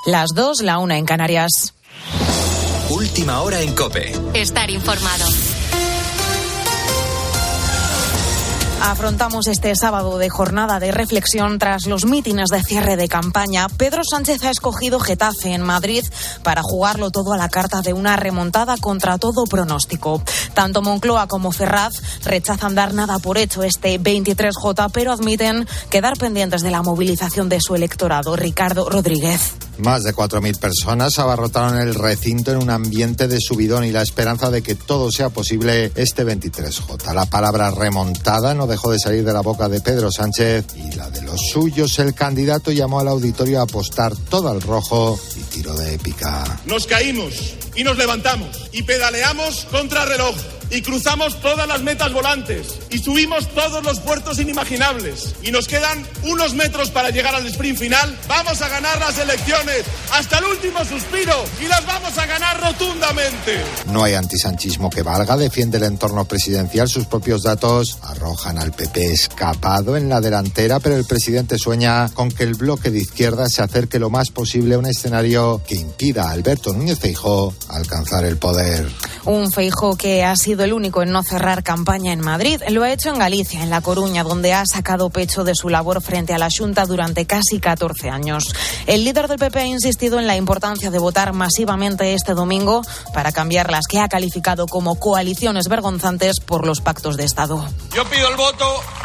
Las 2, la 1 en Canarias. Última hora en COPE. Estar informado. Afrontamos este sábado de jornada de reflexión tras los mítines de cierre de campaña. Pedro Sánchez ha escogido Getafe en Madrid para jugarlo todo a la carta de una remontada contra todo pronóstico. Tanto Moncloa como Ferraz rechazan dar nada por hecho este 23J, pero admiten quedar pendientes de la movilización de su electorado. Ricardo Rodríguez. Más de 4.000 personas abarrotaron el recinto en un ambiente de subidón y la esperanza de que todo sea posible este 23J. La palabra remontada no dejó de salir de la boca de Pedro Sánchez y la de los suyos. El candidato llamó al auditorio a apostar todo al rojo y tiró de épica. Nos caímos y nos levantamos y pedaleamos contra reloj y cruzamos todas las metas volantes y subimos todos los puertos inimaginables y nos quedan unos metros para llegar al sprint final. Vamos a ganar las elecciones hasta el último suspiro y las vamos a ganar rotundamente. No hay antisanchismo que valga, defiende el entorno presidencial. Sus propios datos arrojan al PP escapado en la delantera, pero el presidente sueña con que el bloque de izquierda se acerque lo más posible a un escenario que impida a Alberto Núñez Feijóo alcanzar el poder. Un Feijóo que ha sido el único en no cerrar campaña en Madrid. Lo ha hecho en Galicia, en La Coruña, donde ha sacado pecho de su labor frente a la Xunta durante casi 14 años. El líder del PP ha insistido en la importancia de votar masivamente este domingo para cambiar las que ha calificado como coaliciones vergonzantes por los pactos de Estado. Yo pido el voto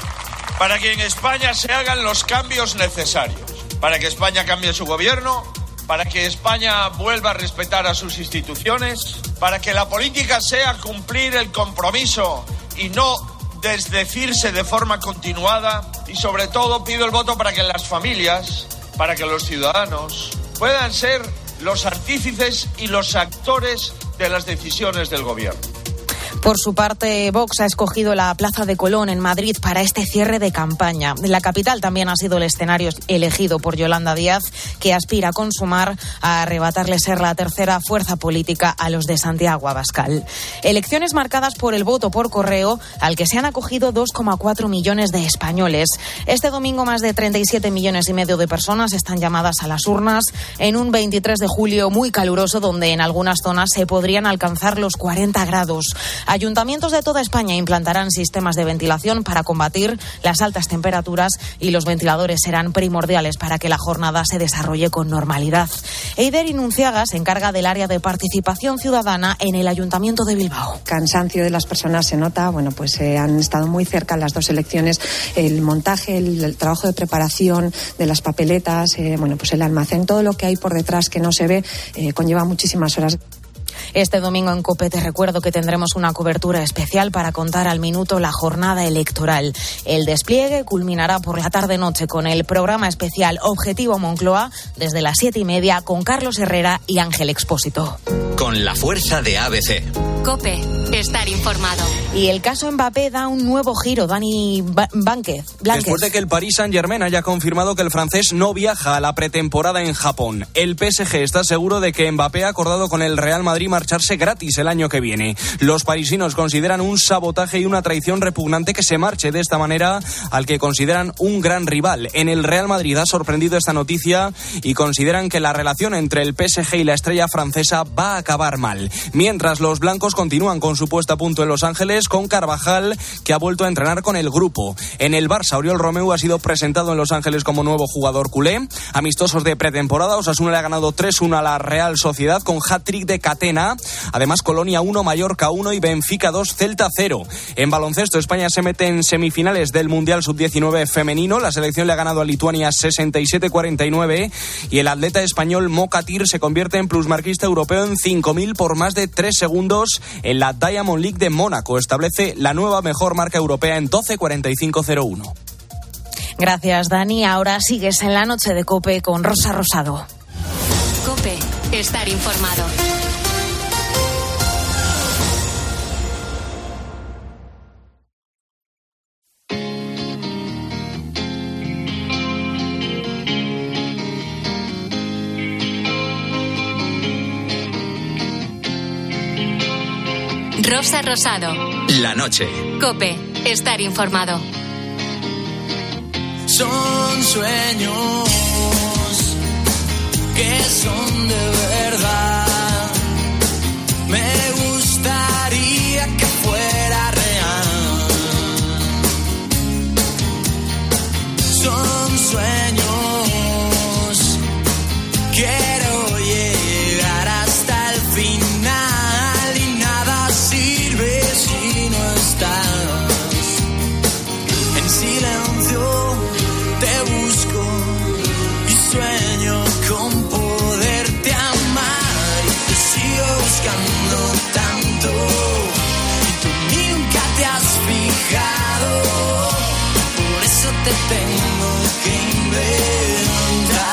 para que en España se hagan los cambios necesarios, para que España cambie su gobierno, para que España vuelva a respetar a sus instituciones, para que la política sea cumplir el compromiso y no desdecirse de forma continuada, y sobre todo pido el voto para que las familias, para que los ciudadanos puedan ser los artífices y los actores de las decisiones del gobierno. Por su parte, Vox ha escogido la Plaza de Colón en Madrid para este cierre de campaña. La capital también ha sido el escenario elegido por Yolanda Díaz, que aspira con Sumar a arrebatarle ser la tercera fuerza política a los de Santiago Abascal. Elecciones marcadas por el voto por correo, al que se han acogido 2,4 millones de españoles. Este domingo más de 37,5 millones de personas están llamadas a las urnas en un 23 de julio muy caluroso, donde en algunas zonas se podrían alcanzar los 40 grados. Ayuntamientos de toda España implantarán sistemas de ventilación para combatir las altas temperaturas y los ventiladores serán primordiales para que la jornada se desarrolle con normalidad. Eider Inunciaga se encarga del área de participación ciudadana en el Ayuntamiento de Bilbao. Cansancio de las personas se nota, han estado muy cerca las dos elecciones, el montaje, el trabajo de preparación de las papeletas, el almacén, todo lo que hay por detrás que no se ve, conlleva muchísimas horas. Este domingo en COPE te recuerdo que tendremos una cobertura especial para contar al minuto la jornada electoral. El despliegue culminará por la tarde-noche con el programa especial Objetivo Moncloa desde las 7:30 con Carlos Herrera y Ángel Expósito. Con la fuerza de ABC. COPE, estar informado. Y el caso Mbappé da un nuevo giro, Dani Blanquez. Después de que el Paris Saint-Germain haya confirmado que el francés no viaja a la pretemporada en Japón, el PSG está seguro de que Mbappé ha acordado con el Real Madrid marcharse gratis el año que viene. Los parisinos consideran un sabotaje y una traición repugnante que se marche de esta manera al que consideran un gran rival. En el Real Madrid ha sorprendido esta noticia y consideran que la relación entre el PSG y la estrella francesa va a acabar mal. Mientras los blancos continúan con su puesta a punto en Los Ángeles con Carvajal, que ha vuelto a entrenar con el grupo. En el Barça, Oriol Romeu ha sido presentado en Los Ángeles como nuevo jugador culé. Amistosos de pretemporada, Osasuna le ha ganado 3-1 a la Real Sociedad con hat-trick de Catena. Además, Colonia 1, Mallorca 1 y Benfica 2, Celta 0. En baloncesto, España se mete en semifinales del Mundial Sub-19 femenino. La selección le ha ganado a Lituania 67-49 y el atleta español Mokatir se convierte en plusmarquista europeo en 5.000 por más de 3 segundos en la Diamond League de Mónaco. Establece la nueva mejor marca europea en 12:45.01. Gracias, Dani. Ahora sigues en la noche de COPE con Rosa Rosado. COPE, estar informado. Rosa Rosado. La noche. COPE, estar informado. Son sueños que son tengo que inventar.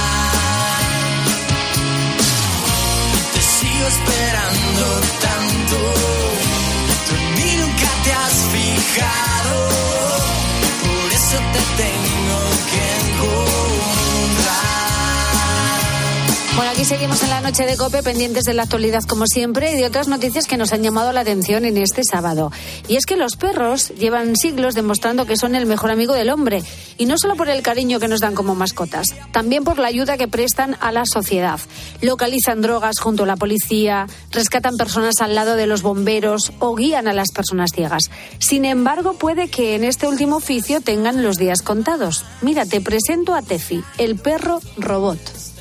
Te sigo esperando tanto, tú en mí nunca te has fijado, por eso te tengo que encontrar. Bueno, aquí seguimos en la noche de COPE, pendientes de la actualidad como siempre y de otras noticias que nos han llamado la atención en este sábado. Y es que los perros llevan siglos demostrando que son el mejor amigo del hombre. Y no solo por el cariño que nos dan como mascotas, también por la ayuda que prestan a la sociedad. Localizan drogas junto a la policía, rescatan personas al lado de los bomberos o guían a las personas ciegas. Sin embargo, puede que en este último oficio tengan los días contados. Mira, te presento a Tefi, el perro robot.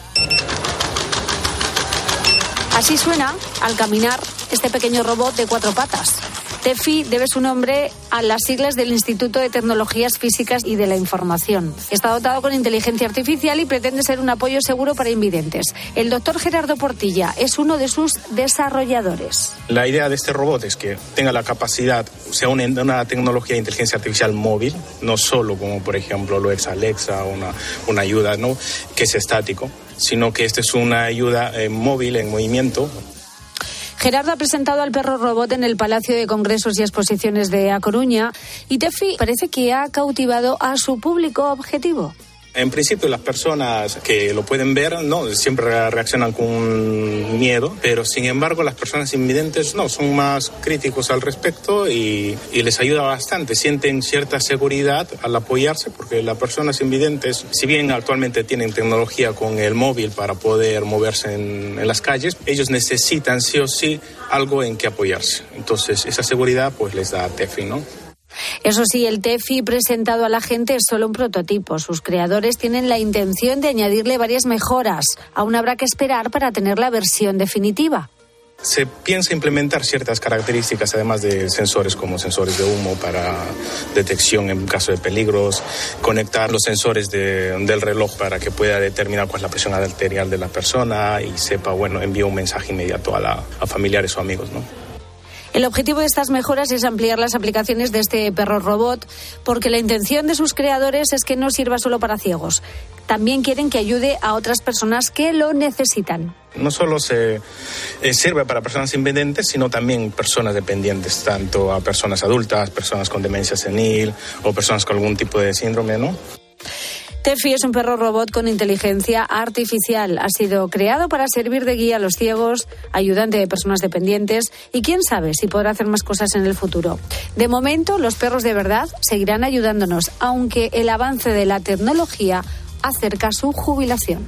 Así suena, al caminar, este pequeño robot de 4 patas. Tefi debe su nombre a las siglas del Instituto de Tecnologías Físicas y de la Información. Está dotado con inteligencia artificial y pretende ser un apoyo seguro para invidentes. El doctor Gerardo Portilla es uno de sus desarrolladores. La idea de este robot es que tenga la capacidad, sea una tecnología de inteligencia artificial móvil, no solo como por ejemplo lo es Alexa, una ayuda, ¿no?, que es estático, sino que esta es una ayuda móvil en movimiento. Gerardo ha presentado al perro robot en el Palacio de Congresos y Exposiciones de A Coruña y Tefi parece que ha cautivado a su público objetivo. En principio las personas que lo pueden ver no siempre reaccionan con miedo, pero sin embargo las personas invidentes no, son más críticos al respecto y les ayuda bastante, sienten cierta seguridad al apoyarse, porque las personas invidentes, si bien actualmente tienen tecnología con el móvil para poder moverse en las calles, ellos necesitan sí o sí algo en que apoyarse. Entonces esa seguridad pues les da Tefi, ¿no? Eso sí, el Tefi presentado a la gente es solo un prototipo. Sus creadores tienen la intención de añadirle varias mejoras. Aún habrá que esperar para tener la versión definitiva. Se piensa implementar ciertas características, además de sensores como sensores de humo para detección en caso de peligros, conectar los sensores del reloj para que pueda determinar cuál es la presión arterial de la persona y sepa, envía un mensaje inmediato a familiares o amigos, ¿no? El objetivo de estas mejoras es ampliar las aplicaciones de este perro robot, porque la intención de sus creadores es que no sirva solo para ciegos. También quieren que ayude a otras personas que lo necesitan. No solo se sirve para personas invidentes, sino también personas dependientes, tanto a personas adultas, personas con demencia senil o personas con algún tipo de síndrome, ¿no? Tefi es un perro robot con inteligencia artificial. Ha sido creado para servir de guía a los ciegos, ayudante de personas dependientes y quién sabe si podrá hacer más cosas en el futuro. De momento, los perros de verdad seguirán ayudándonos, aunque el avance de la tecnología acerca su jubilación.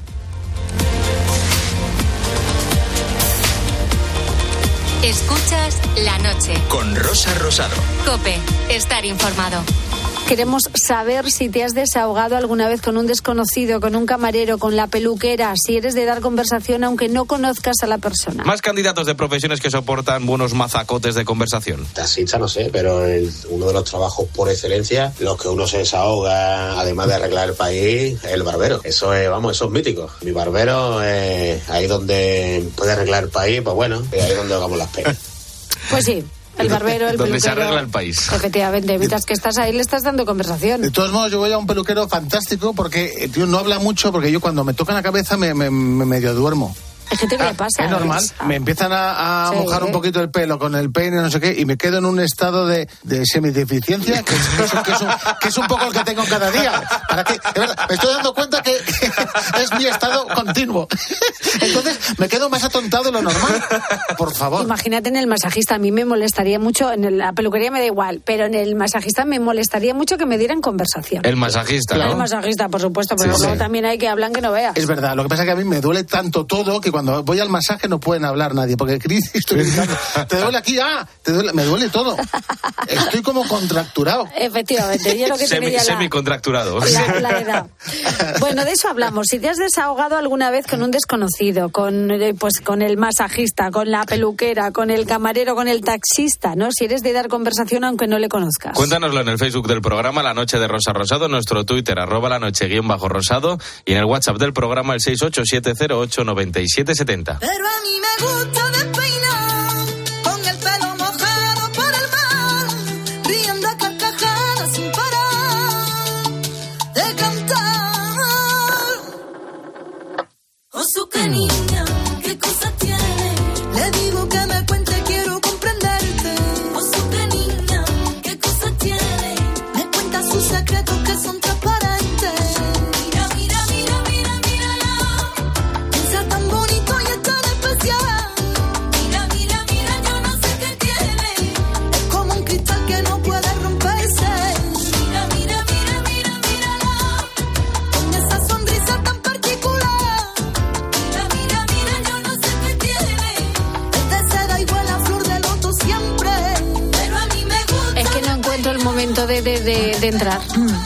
Escuchas La Noche. Con Rosa Rosado. COPE. Estar informado. Queremos saber si te has desahogado alguna vez con un desconocido, con un camarero, con la peluquera, si eres de dar conversación aunque no conozcas a la persona. Más candidatos de profesiones que soportan buenos mazacotes de conversación. Taxista no sé, pero uno de los trabajos por excelencia, los que uno se desahoga, además de arreglar el país, es el barbero. Eso es, eso es mítico. Mi barbero es ahí donde puede arreglar el país, pues es ahí donde hagamos las penas. Pues sí. El barbero, el donde peluquero. Se arregla el país. Efectivamente, mientras que estás ahí le estás dando conversación. De todos modos, yo voy a un peluquero fantástico porque, tío, no habla mucho, porque yo cuando me tocan la cabeza me medio duermo. Hay gente que le pasa. Es normal. Me empiezan a mojar un poquito el pelo con el peine, no sé qué, y me quedo en un estado de semideficiencia, que es un poco el que tengo cada día. ¿Para qué? De verdad, me estoy dando cuenta que es mi estado continuo. Entonces, me quedo más atontado de lo normal. Por favor. Imagínate en el masajista. A mí me molestaría mucho, en la peluquería me da igual, pero en el masajista me molestaría mucho que me dieran conversación. El masajista, ¿no? El masajista, por supuesto, pero luego también hay que hablar que no veas. Es verdad, lo que pasa es que a mí me duele tanto todo que cuando voy al masaje no pueden hablar nadie, porque estoy gritando, ¿te duele aquí? ¿Te duele? Me duele todo. Estoy como contracturado. Efectivamente, yo lo que tenía semicontracturado. La edad. Bueno, de eso hablamos. Si te has desahogado alguna vez con un desconocido, con el masajista, con la peluquera, con el camarero, con el taxista, ¿no? Si eres de dar conversación aunque no le conozcas. Cuéntanoslo en el Facebook del programa La Noche de Rosa Rosado, en nuestro Twitter @lanoche_rosado y en el WhatsApp del programa el 687089770. Pero a mí me gusta despeinar, con el pelo mojado por el mar, riendo a carcajadas sin parar. su que niña, qué cosa tiene. Le digo que me cuente, quiero comprenderte. Su que niña, qué cosa tiene. Me cuenta sus secretos que son transparentes. Mira, mira, mira, mira, mírala. Piensa tan bonito y es tan especial. Mira, mira, mira, yo no sé qué tiene. Es como un cristal que no puede romperse. Mira, mira, mira, mira, mírala. Con esa sonrisa tan particular. Mira, mira, mira, yo no sé qué tiene. Es de seda igual a flor de loto siempre. Pero a mí me gusta. Es que no encuentro el momento de entrar.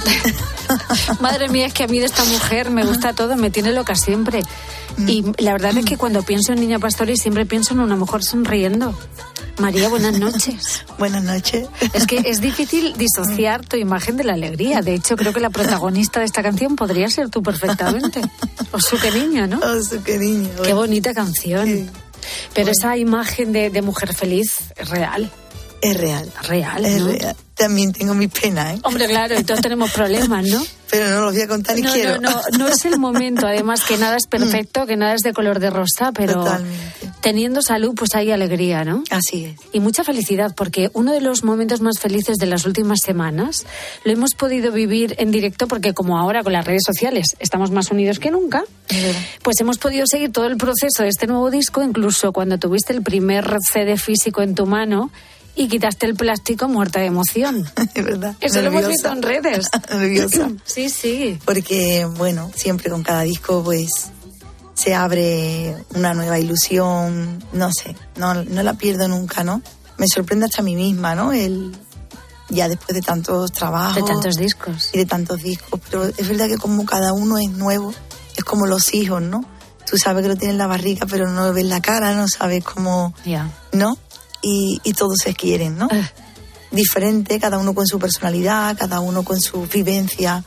Madre mía, es que a mí de esta mujer me gusta todo, me tiene loca siempre. Y la verdad es que cuando pienso en Niña Pastori siempre pienso en una mujer sonriendo. María, buenas noches. Buenas noches. Es que es difícil disociar tu imagen de la alegría. De hecho, creo que la protagonista de esta canción podría ser tú perfectamente. O su que niña, ¿no? O su que niña. Qué bonita canción. Sí. Pero esa imagen de mujer feliz es real. Es real. Real, es ¿no? real. También tengo mis penas, ¿eh? Hombre, claro, y todos tenemos problemas, ¿no? Pero no los voy a contar ni quiero. No es el momento. Además, que nada es perfecto, que nada es de color de rosa, pero totalmente. Teniendo salud, pues hay alegría, ¿no? Así es. Y mucha felicidad, porque uno de los momentos más felices de las últimas semanas lo hemos podido vivir en directo, porque como ahora con las redes sociales estamos más unidos que nunca, pues hemos podido seguir todo el proceso de este nuevo disco, incluso cuando tuviste el primer CD físico en tu mano y quitaste el plástico muerta de emoción. Es verdad. Eso nerviosa. lo hemos visto en redes. Nerviosa. Sí, sí. Porque, bueno, siempre con cada disco, pues, se abre una nueva ilusión, no sé, no la pierdo nunca, ¿no? Me sorprende hasta a mí misma, ¿no? Ya después de tantos trabajos. De tantos discos. Y de tantos discos, pero es verdad que como cada uno es nuevo, es como los hijos, ¿no? Tú sabes que lo tienes en la barriga, pero no lo ves en la cara, no sabes cómo, ¿no? Y todos se quieren, ¿no? Diferente, cada uno con su personalidad, cada uno con su vivencia,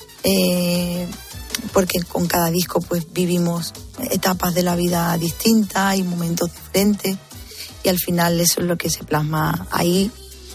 porque con cada disco pues vivimos etapas de la vida distintas y momentos diferentes, y al final eso es lo que se plasma ahí.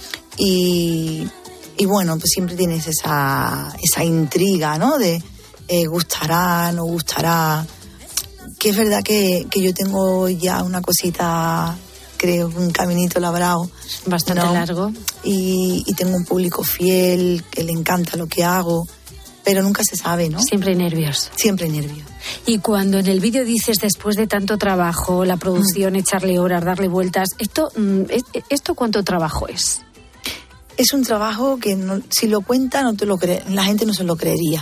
Y bueno, pues siempre tienes esa intriga, ¿no? De gustará, no gustará. Que es verdad que yo tengo ya una cosita, creo, un caminito labrado. Bastante largo. Y tengo un público fiel, que le encanta lo que hago, pero nunca se sabe, ¿no? Siempre hay nervios. Siempre hay nervios. Y cuando en el vídeo dices, después de tanto trabajo, la producción, echarle horas, darle vueltas, ¿esto cuánto trabajo es? Es un trabajo que si lo cuenta no te lo la gente no se lo creería.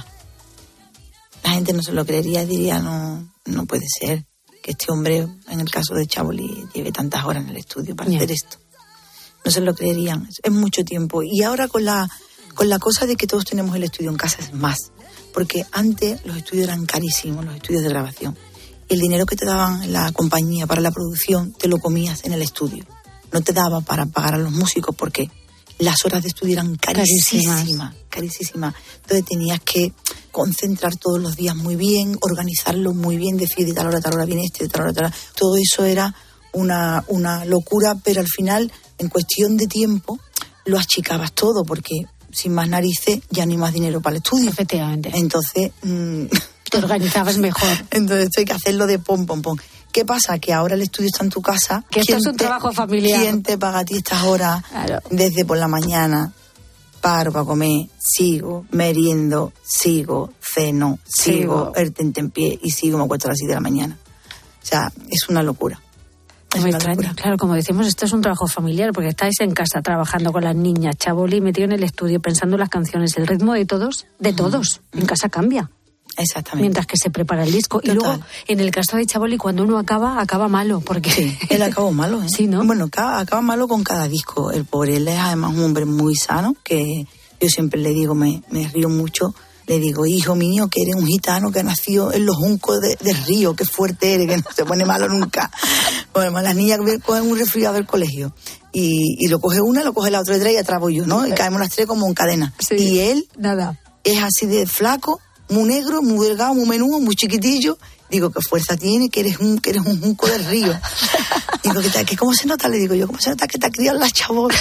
La gente no se lo creería, diría, no puede ser que este hombre, en el caso de Chaboli, lleve tantas horas en el estudio para hacer esto. No se lo creerían, es mucho tiempo. Y ahora con la cosa de que todos tenemos el estudio en casa es más, porque antes los estudios eran carísimos, los estudios de grabación. Y el dinero que te daban la compañía para la producción te lo comías en el estudio. No te daba para pagar a los músicos porque las horas de estudio eran carísimas. Entonces tenías que concentrar todos los días muy bien, organizarlo muy bien, decir de tal hora viene de tal hora. Todo eso era una locura, pero al final, en cuestión de tiempo, lo achicabas todo, porque sin más narices ya no hay más dinero para el estudio. Efectivamente. Entonces te organizabas mejor. Entonces esto hay que hacerlo de pom. ¿Qué pasa? Que ahora el estudio está en tu casa. Que esto es un trabajo familiar. ¿Quién te paga a ti estas horas? Claro. Desde por la mañana, paro para comer, sigo, meriendo, sigo, ceno, sigo, el tentempié y sigo, me acuesto a las 6 de la mañana. O sea, es una locura. Muy extraño. Claro, como decimos, esto es un trabajo familiar, porque estáis en casa trabajando con las niñas, Chaboli metido en el estudio pensando en las canciones, el ritmo de todos, en casa cambia. Exactamente. Mientras que se prepara el disco. Total. Y luego, en el caso de Chaboli, cuando uno acaba malo, porque... Sí, él acabó malo, ¿eh? Sí, ¿no? Bueno, acaba malo con cada disco. El pobre, él es además un hombre muy sano, que yo siempre le digo, me río mucho, le digo, hijo mío, que eres un gitano que ha nacido en los juncos del río, qué fuerte eres, que no se pone malo nunca. Bueno, las niñas cogen un resfriado del colegio y lo coge una, lo coge la otra detrás y atrás voy yo, ¿no? Y caemos las tres como en cadena. Sí, y él nada. Es así de flaco, muy negro, muy delgado, muy menudo, muy chiquitillo. Digo, ¿qué fuerza tiene? Que eres un junco del río. Digo, ¿que cómo se nota? Le digo yo, ¿cómo se nota que te ha criado la chabola?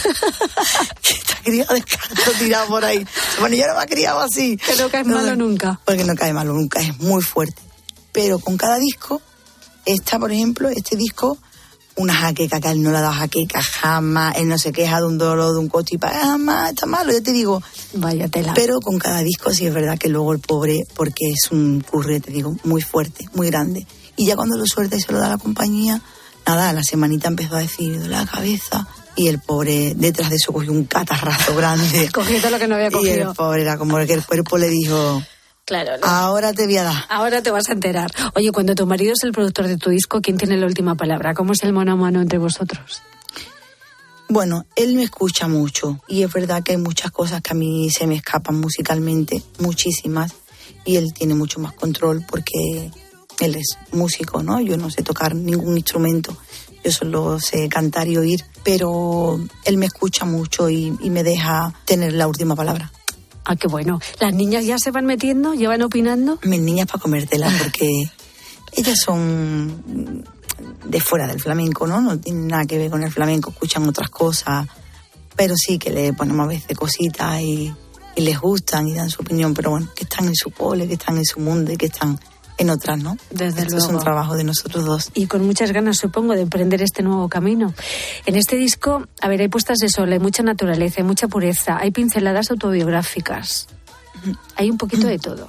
Que te ha criado descarto tirado por ahí. Bueno, yo no me ha criado así. Que no caes malo nunca. Porque no cae malo nunca, es muy fuerte. pero con cada disco, por ejemplo, este disco, una jaqueca, que a él no le ha dado jaqueca jamás, él no se queja de un dolor, de un coche, jamás, está malo, ya te digo. Vaya tela. Pero con cada disco sí es verdad que luego el pobre, porque es un curry, te digo, muy fuerte, muy grande. Y ya cuando lo suelta y se lo da a la compañía, nada, a la semanita empezó a decir de la cabeza, y el pobre detrás de eso cogió un catarrazo grande. Cogió todo lo que no había cogido. Y el pobre era como que el cuerpo le dijo... Claro, ¿no? Ahora te voy a dar. Ahora te vas a enterar. Oye, cuando tu marido es el productor de tu disco, ¿quién tiene la última palabra? ¿Cómo es el mano a mano entre vosotros? Bueno, él me escucha mucho y es verdad que hay muchas cosas que a mí se me escapan musicalmente, muchísimas, y él tiene mucho más control porque él es músico, ¿no? Yo no sé tocar ningún instrumento, yo solo sé cantar y oír, pero él me escucha mucho y me deja tener la última palabra. Ah, qué bueno. ¿Las niñas ya se van metiendo? ¿Ya van opinando? Mis niñas para comértelas, porque ellas son de fuera del flamenco, ¿no? No tienen nada que ver con el flamenco, escuchan otras cosas, pero sí que le ponemos a veces cositas y les gustan y dan su opinión, pero bueno, que están en su cole, que están en su mundo y que están en otras, ¿no? Desde Esto luego. es un trabajo de nosotros dos. Y con muchas ganas, supongo, de emprender este nuevo camino. En este disco, a ver, hay puestas de sol, hay mucha naturaleza, hay mucha pureza, hay pinceladas autobiográficas. Hay un poquito de todo.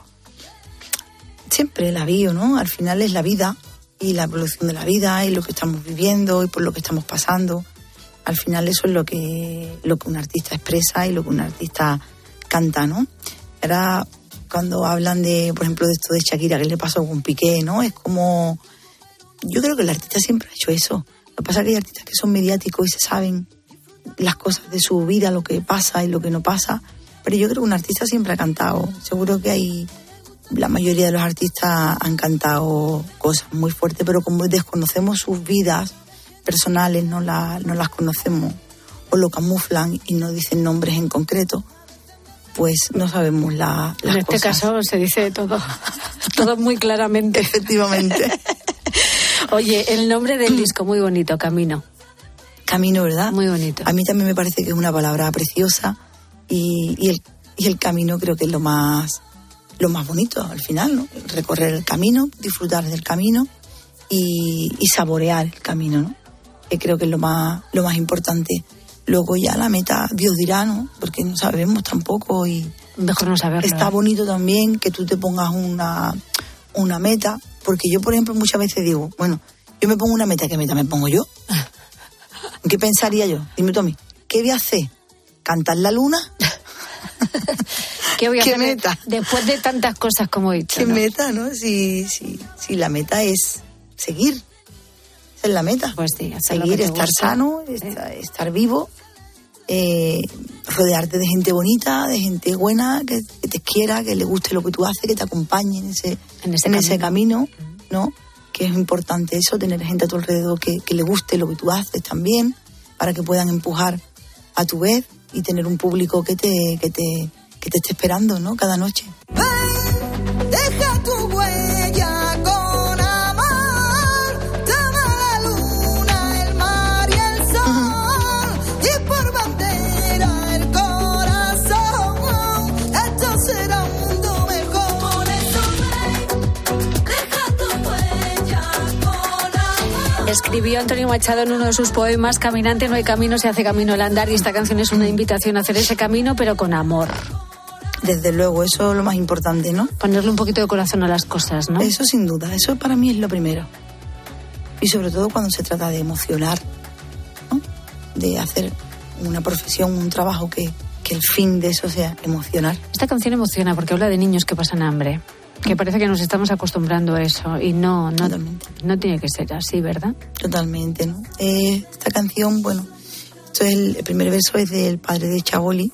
Siempre la bio, ¿no? Al final es la vida y la evolución de la vida y lo que estamos viviendo y por lo que estamos pasando. Al final eso es lo que un artista expresa y lo que un artista canta, ¿no? Era... Cuando hablan de, por ejemplo, de esto de Shakira, que le pasó con Piqué, ¿no? Es como... Yo creo que el artista siempre ha hecho eso. Lo que pasa es que hay artistas que son mediáticos y se saben las cosas de su vida, lo que pasa y lo que no pasa. Pero yo creo que un artista siempre ha cantado. Seguro que la mayoría de los artistas han cantado cosas muy fuertes, pero como desconocemos sus vidas personales, no las conocemos o lo camuflan y no dicen nombres en concreto, pues no sabemos las cosas. En este caso se dice todo, todo muy claramente. Efectivamente. Oye, el nombre del disco, muy bonito, Camino. Camino, ¿verdad? Muy bonito. A mí también me parece que es una palabra preciosa y el camino creo que es lo más bonito al final, ¿no? Recorrer el camino, disfrutar del camino y saborear el camino, ¿no? Que creo que es lo más importante. Luego ya la meta, Dios dirá, ¿no? Porque no sabemos tampoco y... Mejor no saberlo. Está bonito también que tú te pongas una meta, porque yo, por ejemplo, muchas veces digo, bueno, yo me pongo una meta, ¿qué meta me pongo yo? ¿Qué pensaría yo? Dime tú a mí, ¿qué voy a hacer? ¿Cantar la luna? ¿Qué voy a ¿Qué hacer meta? Después de tantas cosas como he dicho? ¿Qué ¿no? meta, no? Si la meta es seguir. Es la meta. Pues sí, seguir, estar sano, estar vivo, rodearte de gente bonita, de gente buena, que te quiera, que le guste lo que tú haces, que te acompañe en ese camino, ¿no? Que es importante eso, tener gente a tu alrededor que le guste lo que tú haces también, para que puedan empujar a tu vez y tener un público que te esté esperando, ¿no? Cada noche. Deja tu huella con amor, toma la luna, el mar y el sol, y por bandera el corazón, esto será un mundo mejor. Por eso deja tu huella con amor. Escribió Antonio Machado en uno de sus poemas, caminante no hay camino, se hace camino al andar, y esta canción es una invitación a hacer ese camino, pero con amor. Desde luego, eso es lo más importante, ¿no? Ponerle un poquito de corazón a las cosas, ¿no? Eso sin duda, eso para mí es lo primero. Y sobre todo cuando se trata de emocionar, ¿no? De hacer una profesión, un trabajo que el fin de eso sea emocionar. Esta canción emociona porque habla de niños que pasan hambre, que parece que nos estamos acostumbrando a eso y no tiene que ser así, ¿verdad? Totalmente, ¿no? Esta canción, bueno, esto es el primer verso es del padre de Chaboli.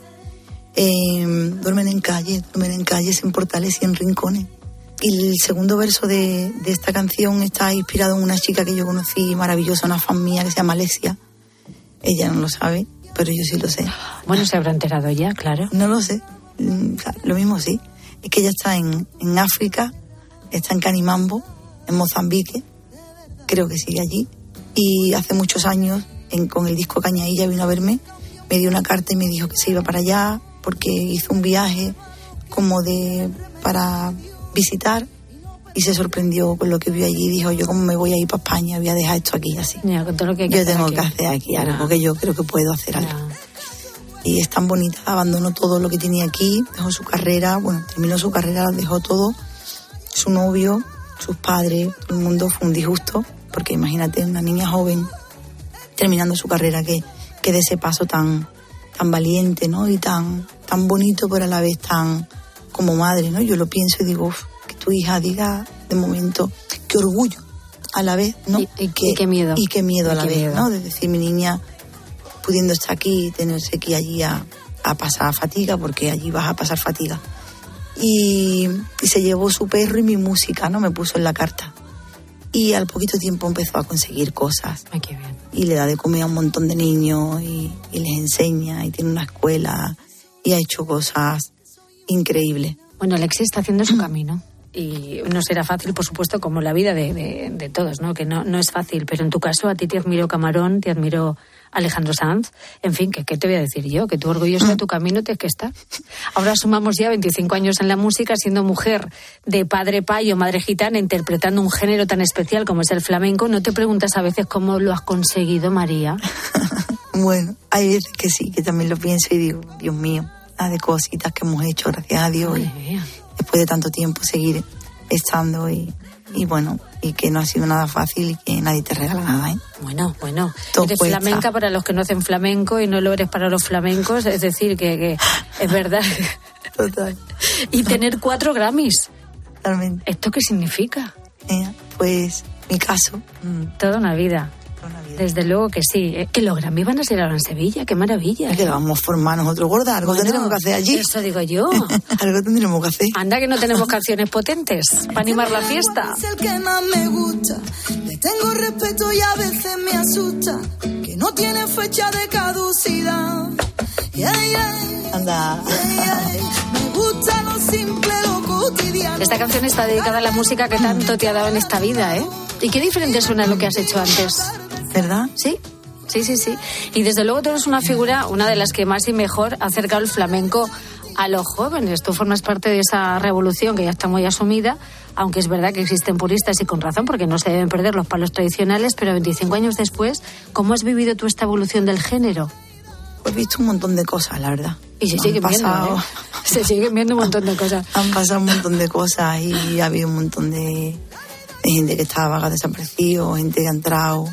Duermen en calles, en portales y en rincones. Y el segundo verso de esta canción está inspirado en una chica que yo conocí maravillosa, una fan mía que se llama Alesia. Ella no lo sabe, pero yo sí lo sé. Bueno, se habrá enterado ya, claro. No lo sé, lo mismo sí. Es que ella está en África, está en Canimambo, en Mozambique, creo que sigue allí. Y hace muchos años, con el disco Cañailla, vino a verme, me dio una carta y me dijo que se iba para allá porque hizo un viaje como para visitar y se sorprendió con lo que vio allí. Dijo, yo como me voy a ir para España, voy a dejar esto aquí así. Ya, con todo lo que hay que yo hacer tengo aquí. que hacer aquí algo, que yo creo que puedo hacer algo. Y es tan bonita, abandonó todo lo que tenía aquí, dejó su carrera, bueno, terminó su carrera, dejó todo, su novio, sus padres, todo el mundo. Fue un disgusto, porque imagínate una niña joven terminando su carrera, que de ese paso tan valiente, ¿no? Y tan bonito, pero a la vez tan como madre, ¿no? Yo lo pienso y digo, que tu hija diga de momento, qué orgullo a la vez, ¿no? Y qué miedo. Y qué miedo a la vez, miedo. ¿no? De decir, mi niña pudiendo estar aquí y tenerse que ir allí a pasar fatiga, porque allí vas a pasar fatiga. Y se llevó su perro y mi música, ¿no? Me puso en la carta. Y al poquito tiempo empezó a conseguir cosas. Ay, qué bien. Y le da de comer a un montón de niños y les enseña, y tiene una escuela y ha hecho cosas increíbles. Bueno, Alexis está haciendo su camino. Y no será fácil, por supuesto, como la vida de todos, ¿no? Que no es fácil. Pero en tu caso, a ti te admiró Camarón, te admiró Alejandro Sanz. En fin, ¿qué te voy a decir yo? Que tú orgulloso de tu camino tienes que estar. Ahora sumamos ya 25 años en la música, siendo mujer de padre payo, madre gitana, interpretando un género tan especial como es el flamenco. ¿No te preguntas a veces cómo lo has conseguido, María? Bueno, hay veces que sí, que también lo pienso y digo, Dios mío, la de cositas que hemos hecho, gracias a Dios. Después de tanto tiempo seguir estando y bueno, y que no ha sido nada fácil y que nadie te regala nada, ¿eh? Bueno, todo eres cuesta. flamenca para los que no hacen flamenco y no lo eres para los flamencos, es decir, que es verdad. Total. Y tener 4 Grammys. Totalmente. ¿Esto qué significa? Pues mi caso. Toda una vida. Desde luego que sí. Que los Grammy van a ser ahora en Sevilla, qué maravilla. Es que vamos a formar nosotros, gorda, algo tendremos que hacer allí. Eso digo yo. Algo tendremos que hacer. Anda que no tenemos canciones potentes para animar la fiesta. Es el que más me gusta, le tengo respeto y a veces me asusta, que no tiene fecha de caducidad. Anda. Me gusta lo simple, lo cotidiano. Esta canción está dedicada a la música que tanto te ha dado en esta vida, ¿eh? Y qué diferente suena a lo que has hecho antes. ¿Verdad? Sí. Y desde luego tú eres una figura, una de las que más y mejor ha acercado el flamenco a los jóvenes. Tú formas parte de esa revolución que ya está muy asumida, aunque es verdad que existen puristas y con razón, porque no se deben perder los palos tradicionales, pero 25 años después, ¿cómo has vivido tú esta evolución del género? Pues he visto un montón de cosas, la verdad. Y se siguen viendo, ¿eh? Se siguen viendo un montón de cosas. Han pasado un montón de cosas y ha habido un montón de gente que estaba vaga, desaparecido, gente que ha entrado.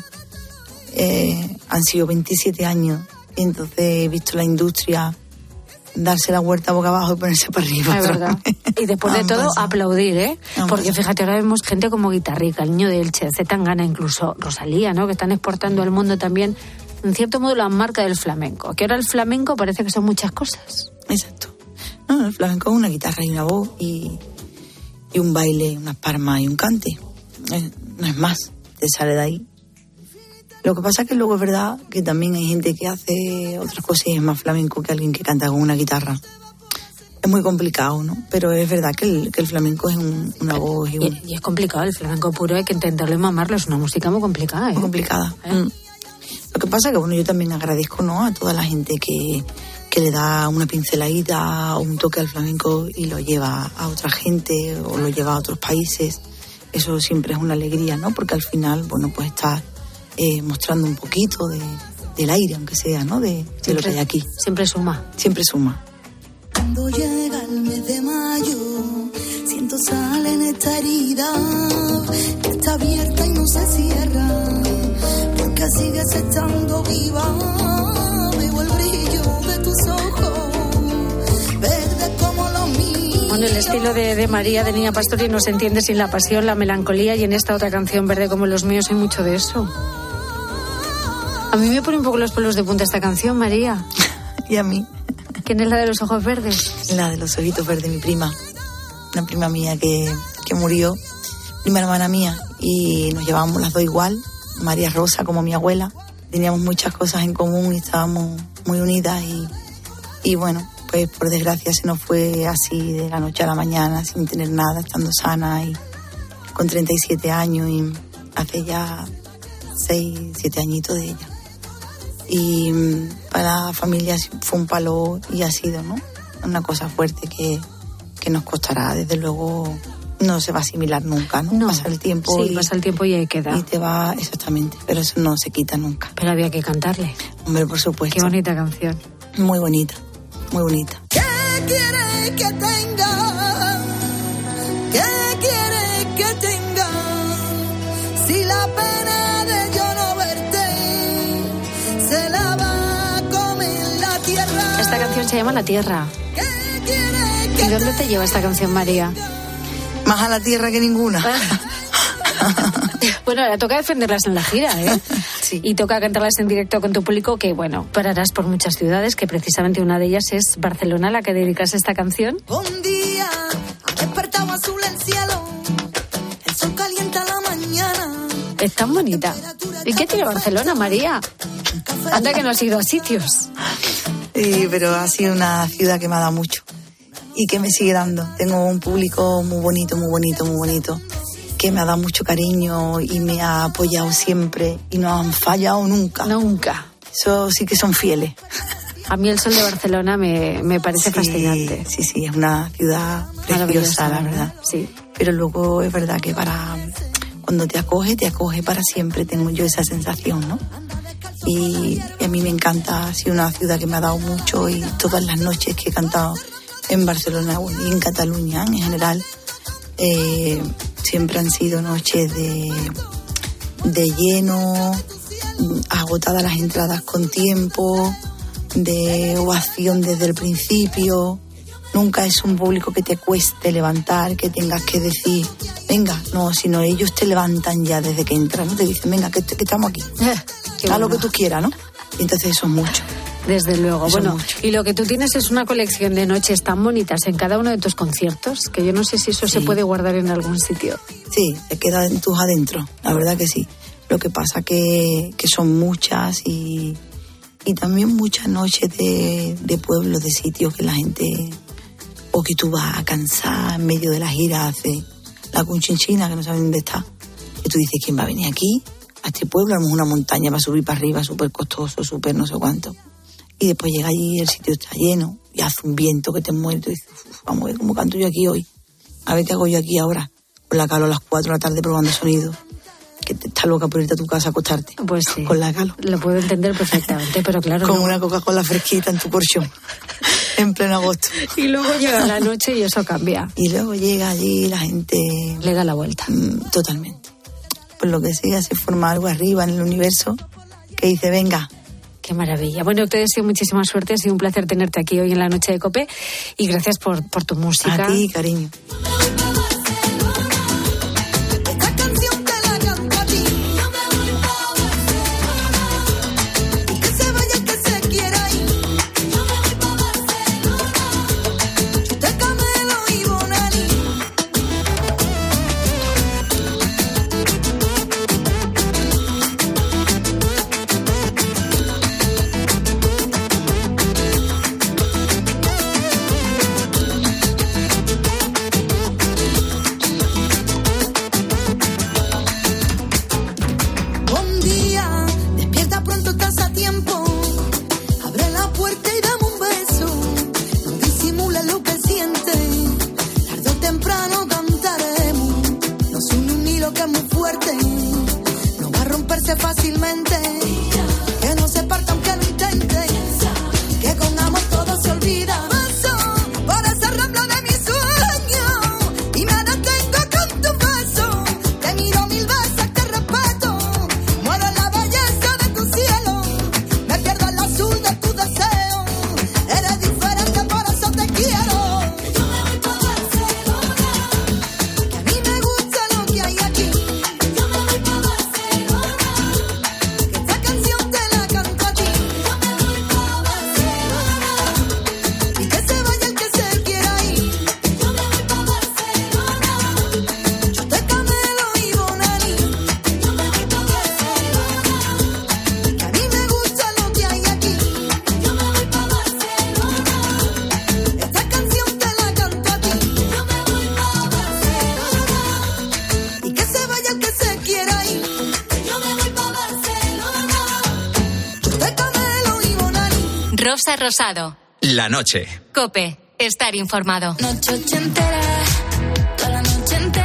Han sido 27 años y entonces he visto la industria darse la vuelta boca abajo y ponerse para arriba. Es verdad. Y después de todo, aplaudir, ¿eh? Porque fíjate, ahora vemos gente como Guitarrica, el niño de Elche, Zetangana, incluso Rosalía, ¿no? Que están exportando al mundo también, en cierto modo, la marca del flamenco. Que ahora el flamenco parece que son muchas cosas. Exacto. No, el flamenco es una guitarra y una voz y un baile, unas palmas y un cante. No es más, te sale de ahí. Lo que pasa es que luego es verdad que también hay gente que hace otras cosas y es más flamenco que alguien que canta con una guitarra. Es muy complicado, ¿no? Pero es verdad que el flamenco es una voz y es complicado, el flamenco puro hay que intentarlo y mamarlo, es una música muy complicada, ¿eh? Muy complicada. Lo que pasa es que, bueno, yo también agradezco, ¿no?, a toda la gente que le da una pinceladita o un toque al flamenco y lo lleva a otra gente o lo lleva a otros países. Eso siempre es una alegría, ¿no? Porque al final, bueno, pues estás mostrando un poquito del aire, aunque sea, ¿no? De lo que hay aquí. Siempre suma. Siempre suma. Cuando llega el mes de mayo, siento sal en esta herida, que está abierta y no se cierra, porque sigues estando viva. Veo el brillo de tus ojos, verde como los míos. Bueno, el estilo de María, de Niña Pastori, no se entiende sin la pasión, la melancolía, y en esta otra canción, Verde como los míos, hay mucho de eso. A mí me pone un poco los pelos de punta esta canción, María. Y a mí. ¿Quién es la de los ojos verdes? La de los ojitos verdes, mi prima. Una prima mía que murió, prima hermana mía, y nos llevábamos las dos igual. María Rosa como mi abuela. Teníamos muchas cosas en común y estábamos muy unidas y bueno, pues por desgracia se nos fue así de la noche a la mañana, sin tener nada, estando sana y con 37 años y hace ya 6, 7 añitos de ella. Y para la familia fue un palo y ha sido, ¿no?, una cosa fuerte que nos costará, desde luego, no se va a asimilar nunca, ¿no? Pasa el tiempo. Sí, pasa el tiempo y ahí queda. Y te va, exactamente, pero eso no se quita nunca. Pero había que cantarle. Hombre, por supuesto. Qué bonita canción. Muy bonita, muy bonita. ¿Qué quiere que tenga? ¿Qué quiere que tenga? Si la pena de yo no verte se la va a comer la tierra. Esta canción se llama La Tierra. ¿Y dónde te lleva esta canción, María? Más a la tierra que ninguna. Bueno, ahora toca defenderlas en la gira, ¿eh? Sí. Y toca cantarlas en directo con tu público, que bueno, pararás por muchas ciudades, que precisamente una de ellas es Barcelona, a la que dedicas esta canción. Un día ha despertado azul el cielo, el sol calienta la mañana. Es tan bonita. ¿Y qué tiene Barcelona, María? Anda que no has ido a sitios. Sí, pero ha sido una ciudad que me ha dado mucho y que me sigue dando. Tengo un público muy bonito, muy bonito, muy bonito, que me ha dado mucho cariño y me ha apoyado siempre y no han fallado nunca. Nunca. Eso sí que son fieles. A mí el sol de Barcelona me parece fascinante. Sí, sí, es una ciudad preciosa, la verdad. Sí. Pero luego es verdad que cuando te acoge para siempre. Tengo yo esa sensación, ¿no? Y a mí me encanta, ha sido una ciudad que me ha dado mucho y todas las noches que he cantado en Barcelona y en Cataluña en general, siempre han sido noches de lleno, agotadas las entradas con tiempo, de ovación desde el principio. Nunca es un público que te cueste levantar, que tengas que decir, venga, no, sino ellos te levantan ya desde que entran, ¿no? Te dicen, venga, que estamos aquí, haz lo que tú quieras, ¿no? Y entonces eso es mucho. Desde luego. Eso bueno, mucho. y lo que tú tienes es una colección de noches tan bonitas en cada uno de tus conciertos, que yo no sé si eso se puede guardar en algún sitio. Sí, se queda en tus adentro, la verdad que sí. Lo que pasa que son muchas y también muchas noches de pueblos, de sitios que la gente, o que tú vas a cansar en medio de la gira, hace la Conchinchina, que no saben dónde está, y tú dices, ¿quién va a venir aquí? A este pueblo, a lo mejor una montaña, va a subir para arriba, súper costoso, súper no sé cuánto. Y después llega allí, el sitio está lleno, y hace un viento que te muere, y tú dices, vamos a ver cómo canto yo aquí hoy, a ver qué hago yo aquí ahora, con la Calo a las 4 de la tarde probando sonido, que te está loca por irte a tu casa a acostarte. Pues sí. Con la Calo. Lo puedo entender perfectamente, pero claro. Con no. una Coca-Cola fresquita en tu porción, en pleno agosto. Y luego llega la noche y eso cambia. Y luego llega allí la gente... Le da la vuelta. Totalmente. Pues lo que sea, se forma algo arriba en el universo que dice, venga. Qué maravilla. Bueno, te deseo muchísima suerte. Ha sido un placer tenerte aquí hoy en la noche de COPE. Y gracias por tu música. A ti, cariño. Fácilmente, que no se parta aunque lo intente, que con amor todo se olvida. Paso por esa rambla de mi sueño y me detengo con tu beso. Te miro 1000 veces, te respeto, muero en la belleza de tu cielo, me pierdo en el azul de tu deseo. Eres diferente, por eso te quiero. Que yo me voy pa' Barcelona, que a mí me gusta lo que hay aquí. Que yo me voy pa' Barcelona. Rosa Rosado. La noche. COPE. Estar informado. Noche entera, toda la noche entera.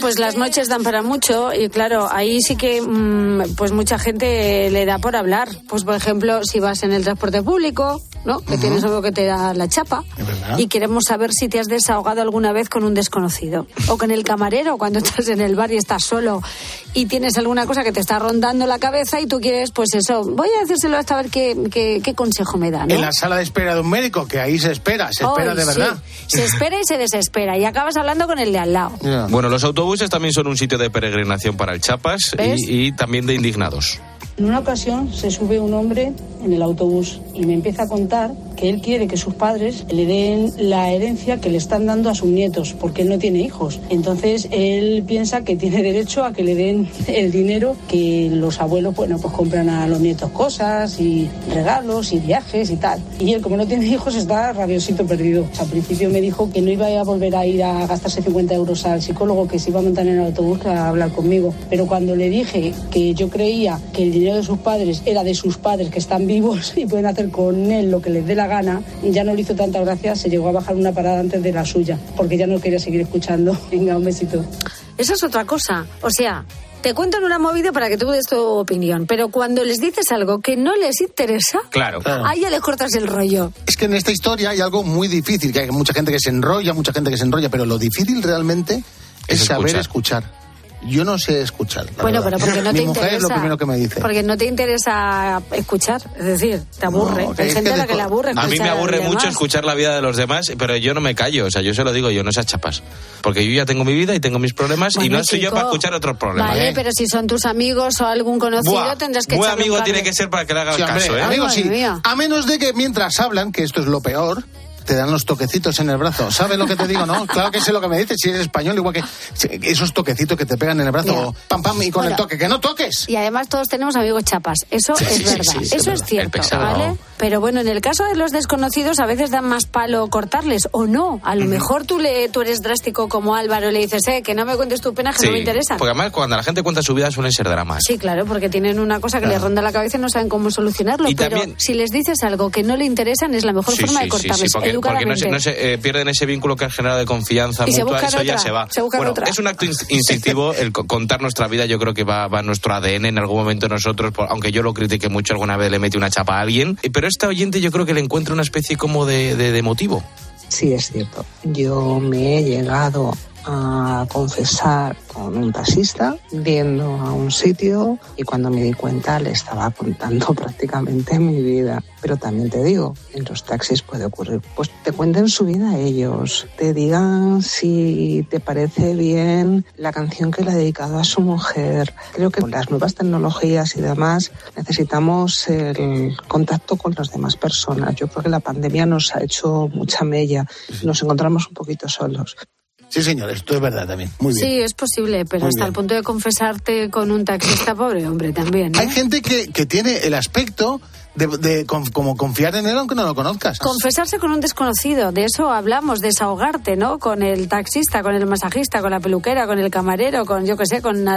pues las noches dan para mucho y claro, ahí sí que pues mucha gente le da por hablar. Pues por ejemplo, si vas en el transporte público, ¿no? Que tienes algo que te da la chapa y queremos saber si te has desahogado alguna vez con un desconocido o con el camarero cuando estás en el bar y estás solo y tienes alguna cosa que te está rondando la cabeza y tú quieres, pues eso, voy a decírselo hasta ver qué consejo me da, ¿no? En la sala de espera de un médico, que ahí se espera de verdad. Sí. Se espera y se desespera y acabas hablando con el de al lado. Yeah. Bueno, los autobuses también son un sitio de peregrinación para el Chapas y también de indignados. En una ocasión se sube un hombre en el autobús y me empieza a contar que él quiere que sus padres le den la herencia que le están dando a sus nietos, porque él no tiene hijos. Entonces él piensa que tiene derecho a que le den el dinero que los abuelos, bueno, pues compran a los nietos cosas y regalos y viajes y tal. Y él, como no tiene hijos, está rabiosito perdido. Al principio me dijo que no iba a volver a ir a gastarse 50 euros al psicólogo, que se iba a montar en el autobús a hablar conmigo. Pero cuando le dije que yo creía que el dinero de sus padres era de sus padres que están vivos y pueden hacer con él lo que les dé la gana, ya no le hizo tanta gracia, se llegó a bajar una parada antes de la suya, porque ya no quería seguir escuchando. Venga, un besito. Esa es otra cosa, o sea, te cuentan una movida para que tú des tu opinión, pero cuando les dices algo que no les interesa, claro. Ahí ya les cortas el rollo. Es que en esta historia hay algo muy difícil, que hay mucha gente que se enrolla, pero lo difícil realmente es saber escuchar. Yo no sé escuchar. Bueno, pero porque no te interesa. Mi mujer es lo primero que me dice. Porque no te interesa escuchar, es decir, te aburre. No, hay gente a la que le aburre escuchar. A mí me aburre mucho escuchar la vida de los demás, pero yo no me callo, o sea, yo se lo digo, yo no seas chapas. Porque yo ya tengo mi vida y tengo mis problemas, bueno, y no soy yo para escuchar otros problemas. Vale, pero si son tus amigos o algún conocido, tendrás que echarle un amigo tiene que ser para que le haga caso, hombre, amigos, sí. A menos de que mientras hablan, que esto es lo peor, te dan los toquecitos en el brazo. ¿Sabes lo que te digo, no? Claro que sé lo que me dices, si eres español, igual que esos toquecitos que te pegan en el brazo, pam, pam, y con el toque, ¡que no toques! Y además todos tenemos amigos chapas, eso es verdad, eso es cierto, ¿vale? Pero bueno, en el caso de los desconocidos a veces dan más palo cortarles, o no, a lo mejor tú eres drástico como Álvaro, le dices, que no me cuentes tu pena, que no me interesa. Porque además cuando la gente cuenta su vida suelen ser dramas. Sí, claro, porque tienen una cosa que les ronda la cabeza y no saben cómo solucionarlo, pero también, si les dices algo que no le interesan, es la mejor forma de cortarles, porque no se pierden ese vínculo que han generado de confianza mutua, eso ya se va. Bueno, es un acto instintivo el contar nuestra vida, yo creo que va en nuestro ADN en algún momento nosotros, aunque yo lo critique mucho, alguna vez le metí una chapa a alguien, pero esta oyente yo creo que le encuentra una especie como de motivo. Sí, es cierto. Yo me he llegado a confesar con un taxista viendo a un sitio y cuando me di cuenta le estaba contando prácticamente mi vida. Pero también te digo, en los taxis puede ocurrir, pues te cuenten su vida a ellos, te digan si te parece bien la canción que le ha dedicado a su mujer. Creo que con las nuevas tecnologías y demás necesitamos el contacto con las demás personas. Yo creo que la pandemia nos ha hecho mucha mella, nos encontramos un poquito solos. Sí, señor, esto es verdad también. Muy bien. Sí, es posible, pero hasta el punto de confesarte con un taxista, pobre hombre, también, ¿eh? Hay gente que tiene el aspecto de como confiar en él aunque no lo conozcas. Confesarse con un desconocido, de eso hablamos, desahogarte, ¿no? Con el taxista, con el masajista, con la peluquera, con el camarero, con, yo qué sé, con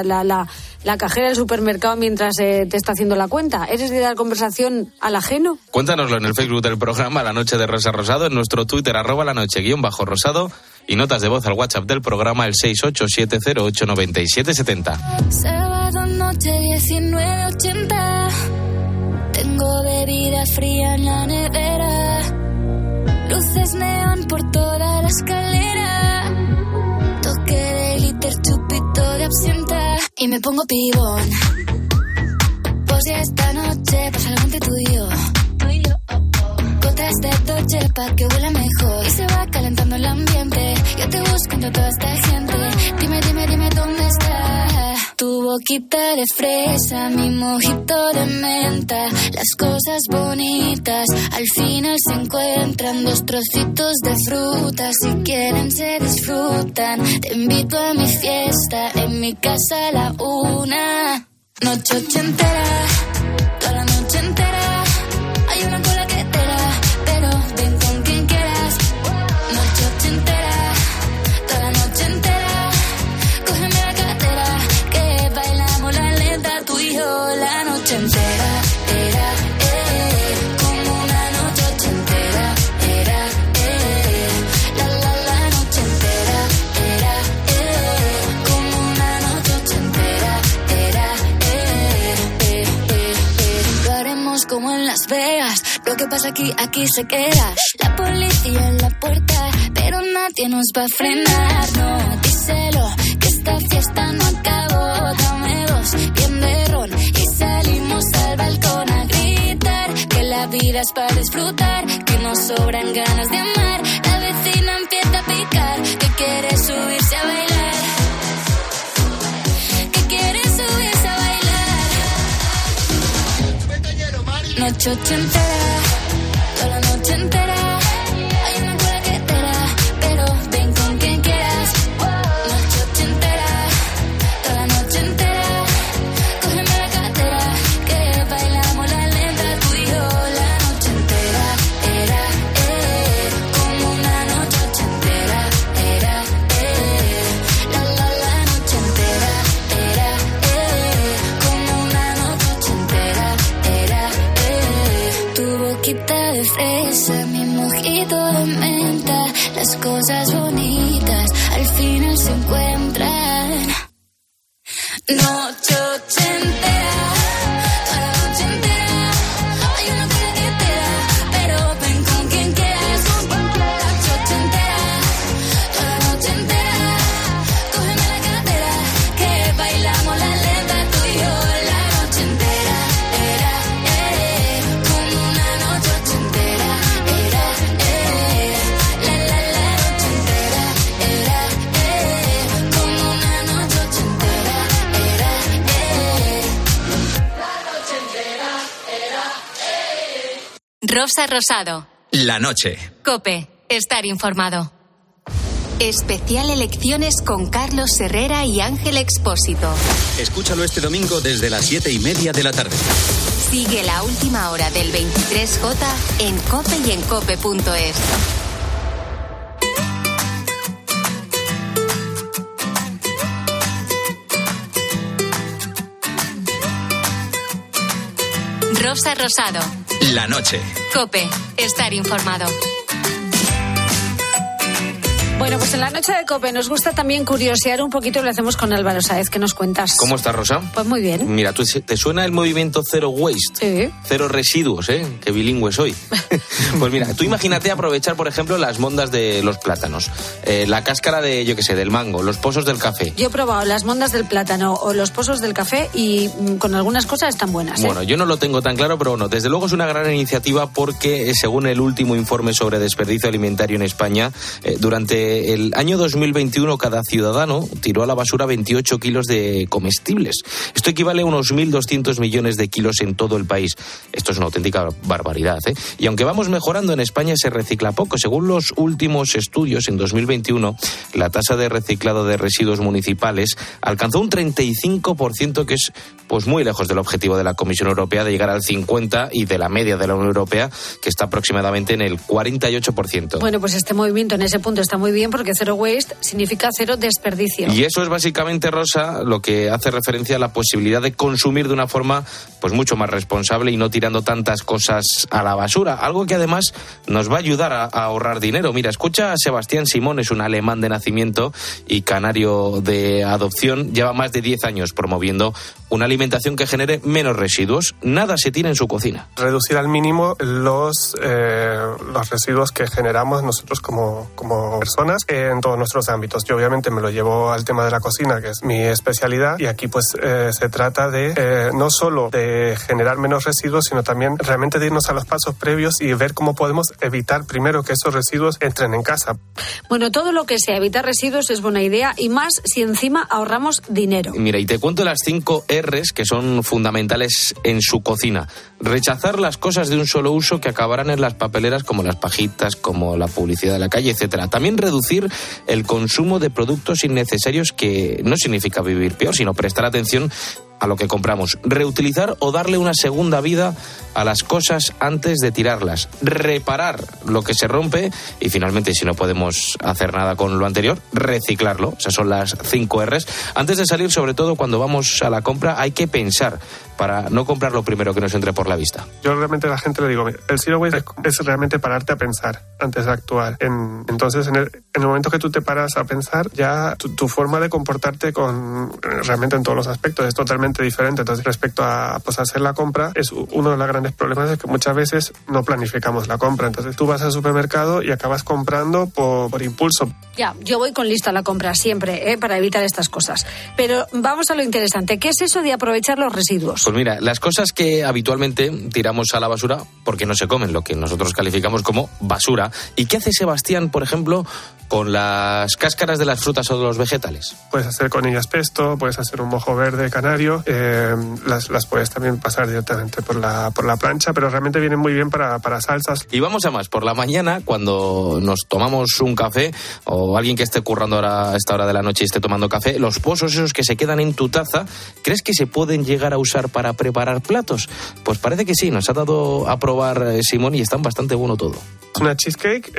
la cajera del supermercado mientras te está haciendo la cuenta. ¿Eres de dar conversación al ajeno? Cuéntanoslo en el Facebook del programa La Noche de Rosa Rosado, en nuestro Twitter, @lanoche_rosado, y notas de voz al WhatsApp del programa, el 687089770. Sábado noche 19:80. Tengo bebida fría en la nevera. Luces neón por toda la escalera. Toque de glitter, chupito de absenta. Y me pongo pibón. Pues ya esta noche pasa algo entre tú y yo. Gotas de Dolce pa' que huela mejor. Y se va calentando el ambiente. Yo te busco entre toda esta gente. Dime dónde está. Tu boquita de fresa, mi mojito de menta. Las cosas bonitas al final se encuentran. Dos trocitos de fruta, si quieren se disfrutan. Te invito a mi fiesta, en mi casa a la 1. Noche ochentera, toda la noche entera. Hay una cola que te da, pero ven con quien quieras. Noche ochentera, toda la noche entera. Cógeme la cartera, que bailamos la lenta, tú y yo la noche entera. Era, como una noche ochentera. Era, la noche entera. Era, como Lo que pasa aquí se queda. La policía en la puerta, pero nadie nos va a frenar. No, díselo, que esta fiesta no acabó. Dame dos, bien de ron, y salimos al balcón a gritar. Que la vida es para disfrutar, que nos sobran ganas de amar. La vecina empieza a picar, que quiere subirse a bailar. Que quiere subirse a bailar. Noche ochentera, toda la noche entera. Hay una cuequetera, pero ven con quien quieras. Noche ochentera, toda la noche entera. Cógeme la cartera, que bailamos la lenta tú y yo. La noche entera era, como una noche ochentera. Era, la noche entera era, como una noche ochentera. Era, tu boquita de fresa, mi mojito de menta. Las cosas bonitas al final se encuentran. Noche ochentera, toda la noche entera. Hay una carretera, pero ven con quien quieras. Noche ochentera, toda la noche entera. Cógeme la cartera, que bailamos la lenta tú y yo. La noche entera era, como una noche ochentera. Era, la noche entera era, como una noche ochentera. Era, la noche entera era. Rosa Rosado. La noche. COPE. Estar informado. Especial Elecciones con Carlos Herrera y Ángel Expósito. Escúchalo este domingo desde las 7:30 de la tarde. Sigue la última hora del 23J en COPE y en COPE.es. Rosa Rosado. La noche. COPE. Estar informado. Bueno, pues en la noche de COPE nos gusta también curiosear un poquito y lo hacemos con Álvaro Sáez. ¿Qué nos cuentas? ¿Cómo estás, Rosa? Pues muy bien. Mira, ¿te suena el movimiento Zero Waste? Sí. Cero residuos, ¿eh? Qué bilingüe soy. Pues mira, tú imagínate aprovechar, por ejemplo, las mondas de los plátanos, la cáscara de, yo qué sé, del mango, los pozos del café. Yo he probado las mondas del plátano o los pozos del café y con algunas cosas están buenas, ¿eh? Bueno, yo no lo tengo tan claro, pero bueno, desde luego es una gran iniciativa porque, según el último informe sobre desperdicio alimentario en España, durante el año 2021 cada ciudadano tiró a la basura 28 kilos de comestibles. Esto equivale a unos 1.200 millones de kilos en todo el país. Esto es una auténtica barbaridad, ¿eh? Y aunque vamos mejorando, en España se recicla poco. Según los últimos estudios, en 2021 la tasa de reciclado de residuos municipales alcanzó un 35%, que es pues muy lejos del objetivo de la Comisión Europea de llegar al 50% y de la media de la Unión Europea, que está aproximadamente en el 48%. Bueno, pues este movimiento en ese punto está muy bien porque Zero Waste significa cero desperdicio. Y eso es básicamente, Rosa, lo que hace referencia a la posibilidad de consumir de una forma pues mucho más responsable y no tirando tantas cosas a la basura. Algo que además nos va a ayudar a ahorrar dinero. Mira, escucha a Sebastián Simón, es un alemán de nacimiento y canario de adopción. Lleva más de 10 años promoviendo una alimentación que genere menos residuos. Nada se tira en su cocina. Reducir al mínimo los residuos que generamos nosotros como personas en todos nuestros ámbitos. Yo obviamente me lo llevo al tema de la cocina, que es mi especialidad, y aquí pues se trata de no solo de generar menos residuos, sino también realmente de irnos a los pasos previos y ver cómo podemos evitar primero que esos residuos entren en casa. Bueno, todo lo que sea evitar residuos es buena idea, y más si encima ahorramos dinero. Mira, y te cuento las 5 R's que son fundamentales en su cocina. Rechazar las cosas de un solo uso que acabarán en las papeleras, como las pajitas, como la publicidad de la calle, etcétera. También reducir el consumo de productos innecesarios, que no significa vivir peor, sino prestar atención a lo que compramos. Reutilizar o darle una segunda vida a las cosas antes de tirarlas. Reparar lo que se rompe y finalmente, si no podemos hacer nada con lo anterior, reciclarlo. Esas son las 5 R's. Antes de salir, sobre todo cuando vamos a la compra, hay que pensar para no comprar lo primero que nos entre por la vista? Yo realmente a la gente le digo, el zero waste es realmente pararte a pensar antes de actuar. Entonces, en el momento que tú te paras a pensar, ya tu forma de comportarte realmente en todos los aspectos es totalmente diferente. Entonces, respecto a pues hacer la compra, es uno de los grandes problemas, es que muchas veces no planificamos la compra. Entonces, tú vas al supermercado y acabas comprando por impulso. Ya, yo voy con lista a la compra siempre, para evitar estas cosas. Pero vamos a lo interesante. ¿Qué es eso de aprovechar los residuos? Pues mira, las cosas que habitualmente tiramos a la basura porque no se comen, lo que nosotros calificamos como basura. ¿Y qué hace Sebastián, por ejemplo, con las cáscaras de las frutas o de los vegetales? Puedes hacer con ellas pesto, puedes hacer un mojo verde canario, las puedes también pasar directamente por la plancha, pero realmente vienen muy bien para salsas. Y vamos a más, por la mañana, cuando nos tomamos un café, o alguien que esté currando ahora a esta hora de la noche y esté tomando café, los pozos esos que se quedan en tu taza, ¿crees que se pueden llegar a usar para preparar platos? Pues parece que sí, nos ha dado a probar Simón y están bastante bueno todo. Es una cheesecake,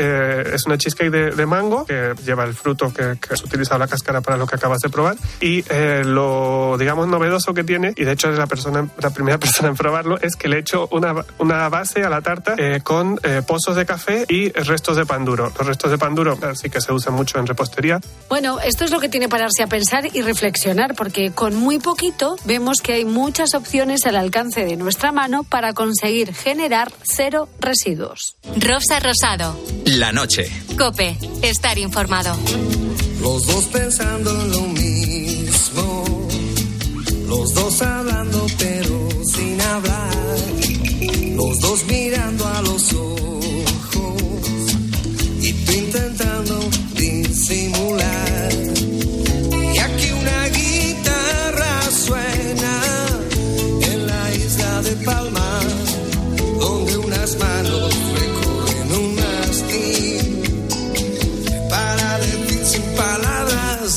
de mango, que lleva el fruto que has utilizado la cáscara para lo que acabas de probar, y lo, digamos, novedoso que tiene, y de hecho es la primera persona en probarlo, es que le he hecho una base a la tarta con pozos de café y restos de pan duro. Los restos de pan duro sí que se usan mucho en repostería. Bueno, esto es lo que tiene pararse a pensar y reflexionar, porque con muy poquito vemos que hay muchas opciones al alcance de nuestra mano para conseguir generar cero residuos. Rosa Rosado. La noche. COPE. Estar informado. Los dos pensando en lo mismo. Los dos hablando pero sin hablar. Los dos mirando a los ojos. Y tú intentando disimular. Y aquí una guitarra suena en la isla de Palma, donde unas manos recorren un mastín para decir sin palabras,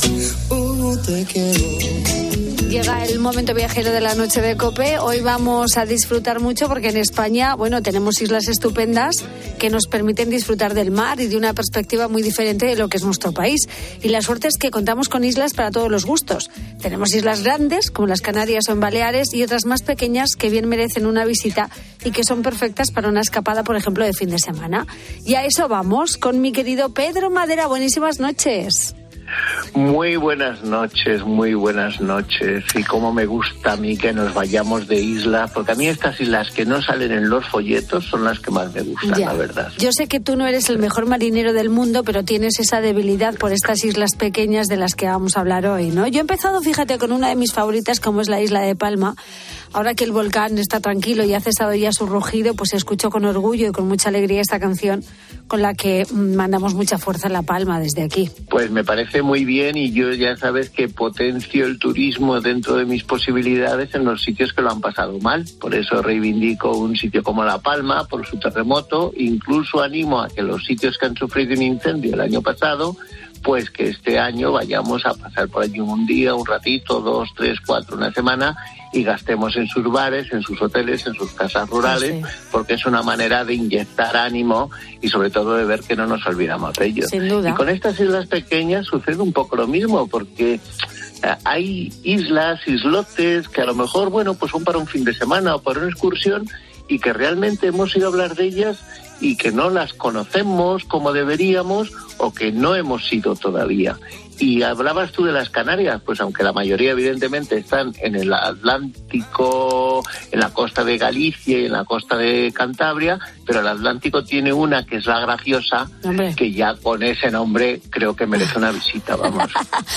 te quiero. Llega el momento viajero de la noche de COPE. Hoy vamos a disfrutar mucho porque en España, tenemos islas estupendas que nos permiten disfrutar del mar y de una perspectiva muy diferente de lo que es nuestro país. Y la suerte es que contamos con islas para todos los gustos. Tenemos islas grandes, como las Canarias o en Baleares, y otras más pequeñas que bien merecen una visita y que son perfectas para una escapada, por ejemplo, de fin de semana. Y a eso vamos con mi querido Pedro Madera. Buenísimas noches. Muy buenas noches, muy buenas noches. Y cómo me gusta a mí que nos vayamos de isla, porque a mí estas islas que no salen en los folletos son las que más me gustan, la verdad. Yo sé que tú no eres el mejor marinero del mundo, pero tienes esa debilidad por estas islas pequeñas de las que vamos a hablar hoy, ¿no? Yo he empezado, fíjate, con una de mis favoritas, como es la isla de Palma. Ahora que el volcán está tranquilo y ha cesado ya su rugido, pues escucho con orgullo y con mucha alegría esta canción con la que mandamos mucha fuerza a La Palma desde aquí. Pues me parece muy bien y yo ya sabes que potencio el turismo dentro de mis posibilidades en los sitios que lo han pasado mal. Por eso reivindico un sitio como La Palma por su terremoto. Incluso animo a que los sitios que han sufrido un incendio el año pasado, pues que este año vayamos a pasar por allí un día, un ratito, 2, 3, 4, una semana, y gastemos en sus bares, en sus hoteles, en sus casas rurales, porque es una manera de inyectar ánimo y sobre todo de ver que no nos olvidamos de ellos. Sin duda. Y con estas islas pequeñas sucede un poco lo mismo, porque hay islotes que a lo mejor, pues son para un fin de semana o para una excursión y que realmente hemos ido a hablar de ellas y que no las conocemos como deberíamos o que no hemos ido todavía. Y hablabas tú de las Canarias, pues aunque la mayoría evidentemente están en el Atlántico, en la costa de Galicia y en la costa de Cantabria, pero el Atlántico tiene una que es la Graciosa, que ya con ese nombre creo que merece una visita, vamos.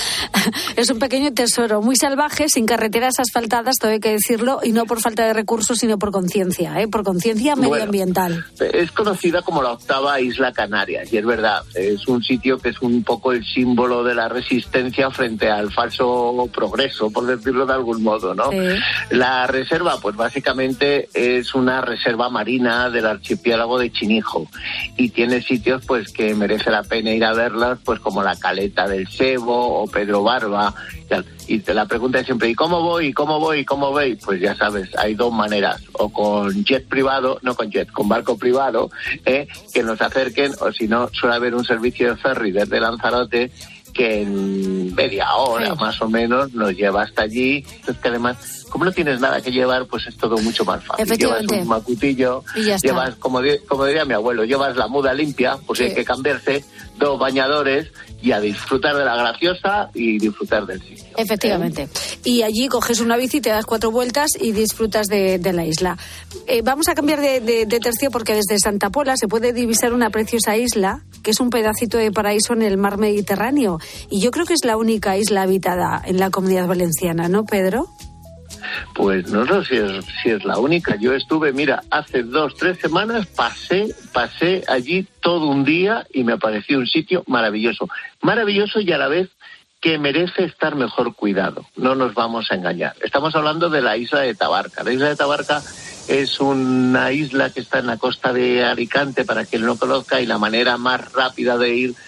Es un pequeño tesoro, muy salvaje, sin carreteras asfaltadas, todo hay que decirlo, y no por falta de recursos, sino por conciencia, por conciencia medioambiental. Es conocida como la octava isla Canarias, y es verdad, es un sitio que es un poco el símbolo de la resistencia frente al falso progreso, por decirlo de algún modo, ¿no? Sí. La reserva, pues básicamente es una reserva marina del archipiélago de Chinijo y tiene sitios pues que merece la pena ir a verlas, pues como la Caleta del Sebo o Pedro Barba. Y la pregunta es siempre, ¿y cómo voy? ¿Y cómo voy? ¿Y cómo voy? Pues ya sabes, hay dos maneras, o con jet privado, no con jet, con barco privado, que nos acerquen, o si no, suele haber un servicio de ferry desde Lanzarote que en media hora más o menos nos lleva hasta allí. Es que además como no tienes nada que llevar, pues es todo mucho más fácil. Llevas un macutillo, llevas, como diría mi abuelo, llevas la muda limpia, pues hay que cambiarse, 2 bañadores y a disfrutar de la graciosa y disfrutar del sitio. Efectivamente. Y allí coges una bici, te das 4 vueltas y disfrutas de la isla. Vamos a cambiar de tercio porque desde Santa Pola se puede divisar una preciosa isla que es un pedacito de paraíso en el mar Mediterráneo. Y yo creo que es la única isla habitada en la Comunidad Valenciana, ¿no, Pedro? Pues no sé si es la única. Yo estuve, mira, hace 2-3 semanas pasé allí todo un día y me pareció un sitio maravilloso. Maravilloso y a la vez que merece estar mejor cuidado. No nos vamos a engañar. Estamos hablando de la isla de Tabarca. La isla de Tabarca es una isla que está en la costa de Alicante, para quien no conozca, y la manera más rápida de ir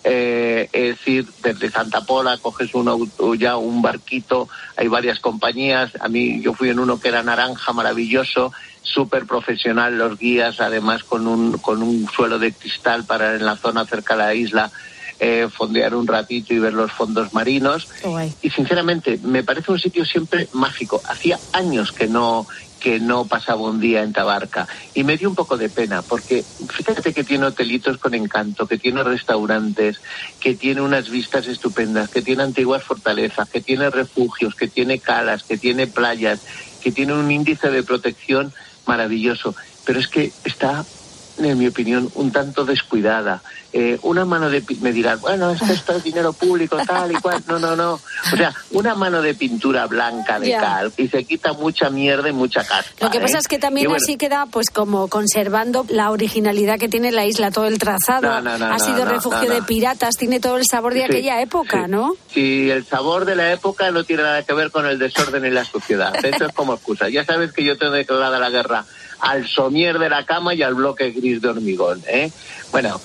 es ir desde Santa Pola, coges un barquito, hay varias compañías, yo fui en uno que era naranja, maravilloso, súper profesional los guías, además con un suelo de cristal para en la zona cerca de la isla fondear un ratito y ver los fondos marinos. Y sinceramente me parece un sitio siempre mágico. Hacía años que no pasaba un día en Tabarca y me dio un poco de pena porque fíjate que tiene hotelitos con encanto, que tiene restaurantes, que tiene unas vistas estupendas, que tiene antiguas fortalezas, que tiene refugios, que tiene calas, que tiene playas, que tiene un índice de protección maravilloso, pero es que está, en mi opinión, un tanto descuidada. Una mano de... Me dirán, bueno, esto es dinero público, tal y cual. No. O sea, una mano de pintura blanca de cal y se quita mucha mierda y mucha caspa. Lo que pasa es que también así queda, pues, como conservando la originalidad que tiene la isla, todo el trazado. Ha sido refugio de piratas, tiene todo el sabor de aquella época, ¿no? Sí, el sabor de la época no tiene nada que ver con el desorden y la suciedad. Eso es como excusa. Ya sabes que yo tengo declarada la guerra al somier de la cama y al bloque gris de hormigón, Bueno,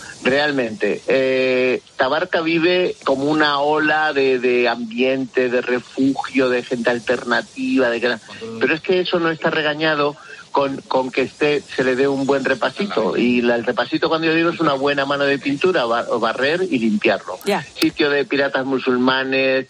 realmente, Tabarca vive como una ola de ambiente, de refugio, de gente alternativa, pero es que eso no está regañado con que se le dé un buen repasito. Y el repasito, cuando yo digo, es una buena mano de pintura, barrer y limpiarlo. Sitio de piratas musulmanes,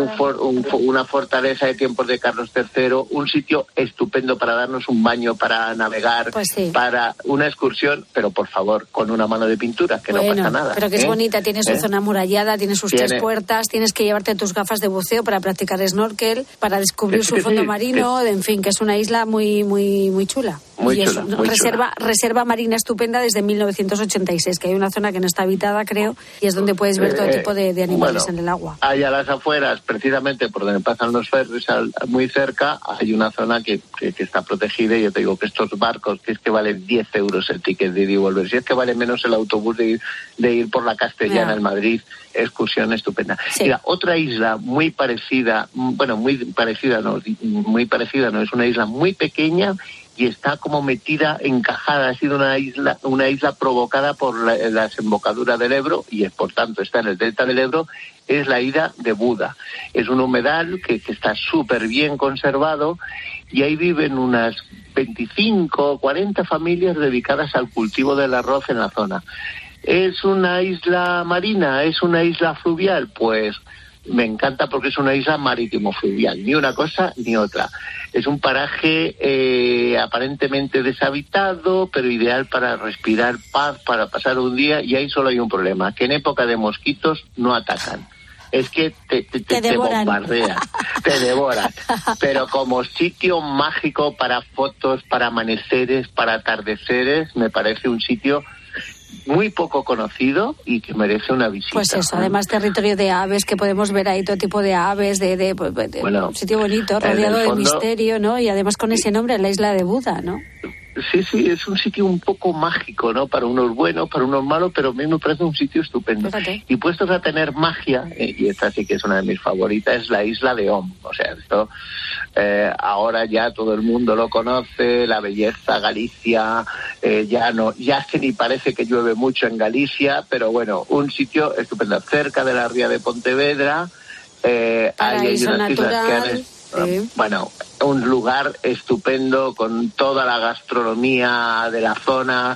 una fortaleza de tiempos de Carlos III, un sitio estupendo para darnos un baño, para navegar, para una excursión, pero por favor, con una mano de pintura, que no pasa nada. Pero que es bonita, tiene su zona amurallada, tiene sus 3 puertas, tienes que llevarte tus gafas de buceo para practicar snorkel, para descubrir su fondo marino, en fin, que es una isla muy, muy, muy chula. Muy chula. Reserva marina estupenda desde 1986, que hay una zona que no está habitada, creo, y es donde puedes ver todo tipo de animales en el agua. Hay a las afueras, precisamente por donde pasan los ferries, muy cerca, hay una zona que está protegida, y yo te digo que estos barcos, que es que valen 10 euros el ticket de ir y volver, si es que vale menos el autobús de ir por la Castellana en Madrid, excursión estupenda. Mira, otra isla muy parecida, es una isla muy pequeña y está como metida, encajada, ha sido una isla provocada por la desembocadura del Ebro y por tanto está en el delta del Ebro, es la isla de Buda. Es un humedal que está súper bien conservado y ahí viven unas 25 o 40 familias dedicadas al cultivo del arroz en la zona. ¿Es una isla marina? ¿Es una isla fluvial? Pues me encanta porque es una isla marítimo-fluvial, ni una cosa ni otra. Es un paraje aparentemente deshabitado, pero ideal para respirar paz, para pasar un día, y ahí solo hay un problema, que en época de mosquitos no atacan. Es que te bombardean, te devoran. Pero como sitio mágico para fotos, para amaneceres, para atardeceres, me parece un sitio muy poco conocido y que merece una visita. Pues eso, además territorio de aves, que podemos ver ahí todo tipo de aves, un sitio bonito, rodeado de misterio, ¿no? Y además con ese nombre, la isla de Buda, ¿no? Sí, es un sitio un poco mágico, ¿no? Para unos buenos, para unos malos, pero a mí me parece un sitio estupendo. Fíjate. Y puestos a tener magia, y esta sí que es una de mis favoritas, es la isla de Om. O sea, esto ahora ya todo el mundo lo conoce, la belleza, Galicia, ya que ni parece que llueve mucho en Galicia, pero bueno, un sitio estupendo. Cerca de la ría de Pontevedra, hay unas islas que han... Bueno, un lugar estupendo con toda la gastronomía de la zona,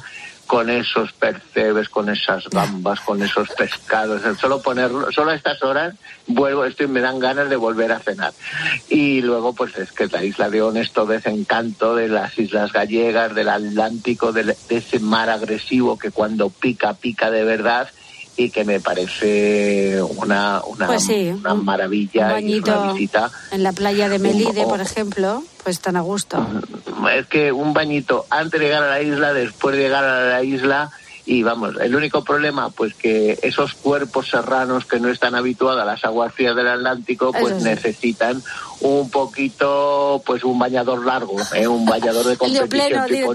con esos percebes, con esas gambas, con esos pescados. Solo a estas horas me dan ganas de volver a cenar. Y luego, pues es que la isla de León es todo ese encanto de las islas gallegas, del Atlántico, de ese mar agresivo que cuando pica de verdad, y que me parece una maravilla y una visita. En la playa de Melide, por ejemplo, pues tan a gusto. Es que un bañito antes de llegar a la isla, después de llegar a la isla, y vamos, el único problema, pues que esos cuerpos serranos que no están habituados a las aguas frías del Atlántico, pues sí, necesitan un poquito, pues un bañador largo, un bañador de competición tipo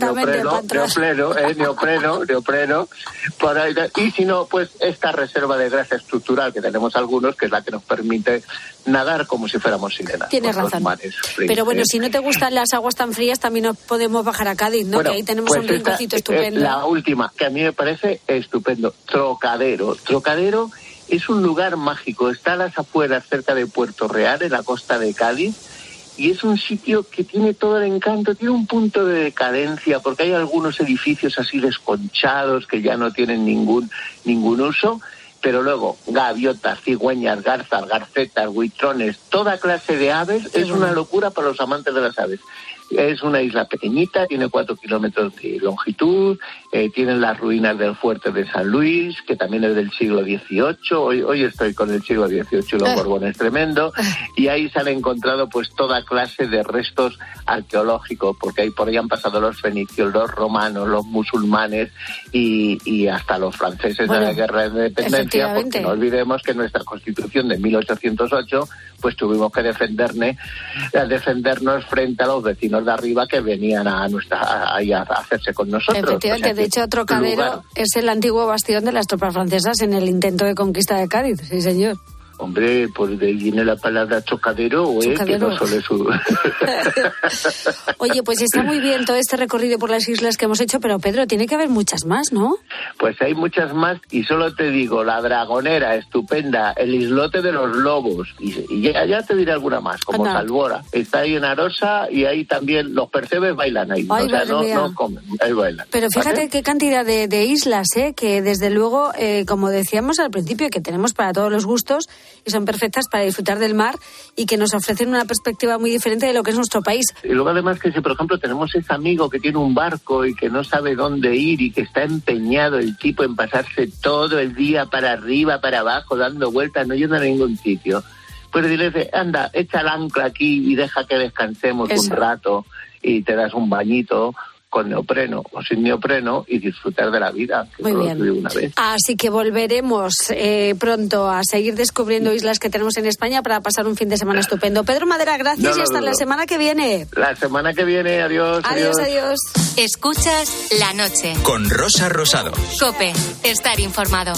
neopreno, por ahí, y si no, pues esta reserva de grasa estructural que tenemos algunos, que es la que nos permite nadar como si fuéramos sirenas. Tienes razón. Pero bueno, si no te gustan las aguas tan frías, también nos podemos bajar a Cádiz, ¿no? Bueno, que ahí tenemos pues un rinconcito estupendo. La última, que a mí me parece estupendo, Trocadero. Trocadero es un lugar mágico, está a las afueras, cerca de Puerto Real, en la costa de Cádiz, y es un sitio que tiene todo el encanto, tiene un punto de decadencia, porque hay algunos edificios así desconchados que ya no tienen ningún uso, pero luego gaviotas, cigüeñas, garzas, garcetas, buitrones, toda clase de aves, es una locura para los amantes de las aves. Es una isla pequeñita, tiene 4 kilómetros de longitud, tienen las ruinas del fuerte de San Luis, que también es del siglo XVIII, hoy estoy con el siglo XVIII y los Borbones tremendo, y ahí se han encontrado pues toda clase de restos arqueológicos, porque por ahí han pasado los fenicios, los romanos, los musulmanes y hasta los franceses de la Guerra de Independencia, porque no olvidemos que nuestra Constitución de 1808 pues tuvimos que defendernos frente a los vecinos de arriba que venían a hacerse con nosotros. Efectivamente, o sea, de hecho Trocadero es el antiguo bastión de las tropas francesas en el intento de conquista de Cádiz, sí señor. Hombre, pues de ahí viene la palabra chocadero, que no solo es un... Oye, pues está muy bien todo este recorrido por las islas que hemos hecho, pero Pedro, tiene que haber muchas más, ¿no? Pues hay muchas más, y solo te digo, la Dragonera, estupenda, el Islote de los Lobos, y ya te diré alguna más, como Salvora. Está ahí en Arosa, y ahí también los percebes bailan ahí. Ay, o sea, no comen, ahí bailan. Pero fíjate, ¿vale? Qué cantidad de islas, que desde luego, como decíamos al principio, que tenemos para todos los gustos, y son perfectas para disfrutar del mar y que nos ofrecen una perspectiva muy diferente de lo que es nuestro país. Y luego además que si por ejemplo tenemos ese amigo que tiene un barco y que no sabe dónde ir y que está empeñado el tipo en pasarse todo el día para arriba, para abajo, dando vueltas, no yendo a ningún sitio, pues dile, anda, echa el ancla aquí y deja que descansemos un rato y te das un bañito con neopreno o sin neopreno y disfrutar de la vida. Muy bien. Una vez. Así que volveremos pronto a seguir descubriendo islas que tenemos en España para pasar un fin de semana estupendo. Pedro Madera, gracias y hasta la semana que viene. La semana que viene, adiós. Adiós. Escuchas La Noche. Con Rosa Rosado. COPE, estar informado.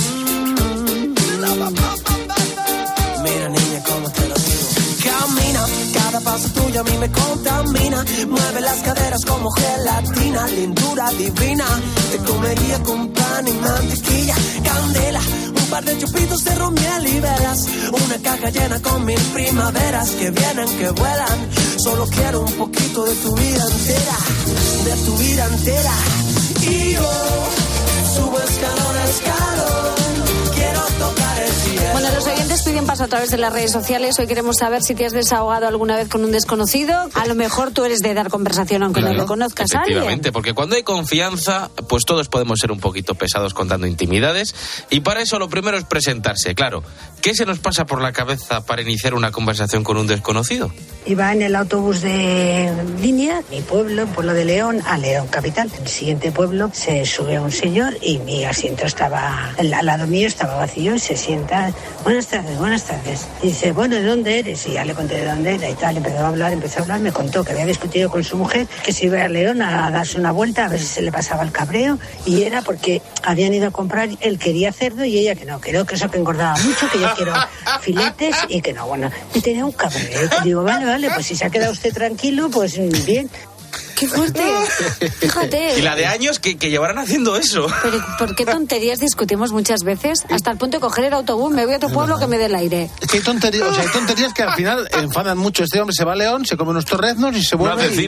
Mira, niña, cómo te lo digo. Camina, cada paso tuyo a mí me contamina. Mueve las caderas como gelatina, lindura divina. Te comería con pan y mantequilla, candela, un par de chupitos de ron, miel y velas. Una caja llena con 1000 primaveras que vienen, que vuelan. Solo quiero un poquito de tu vida entera, de tu vida entera. Y yo subo escalón a escalón, quiero tocar el cielo. Bueno, los oyentes piden paso a través de las redes sociales. Hoy queremos saber si te has desahogado alguna vez con un desconocido. A lo mejor tú eres de dar conversación aunque no lo conozcas a alguien. Efectivamente, porque cuando hay confianza, pues todos podemos ser un poquito pesados contando intimidades. Y para eso lo primero es presentarse. Claro, ¿qué se nos pasa por la cabeza para iniciar una conversación con un desconocido? Iba en el autobús de línea, mi pueblo, Pueblo de León, a León capital. En el siguiente pueblo se sube un señor y mi asiento estaba, al lado mío estaba vacío y se sienta. Buenas tardes. Y dice, bueno, ¿de dónde eres? Y ya le conté de dónde era y tal. Empezó a hablar, me contó que había discutido con su mujer, que se iba a León a darse una vuelta a ver si se le pasaba el cabreo, y era porque habían ido a comprar, él quería cerdo y ella que no, creo que eso que engordaba mucho, que yo quiero filetes y que no, bueno, y tenía un cabreo. Digo, vale, pues si se ha quedado usted tranquilo, pues bien. ¡Qué fuerte! Fíjate. Y la de años que llevarán haciendo eso. Pero ¿por qué tonterías discutimos muchas veces? Hasta el punto de coger el autobús, me voy a otro pueblo que me dé el aire. Es que hay tonterías, hay tonterías que al final enfadan mucho. Este hombre se va a León, se come unos torreznos y se vuelve. Una vecina.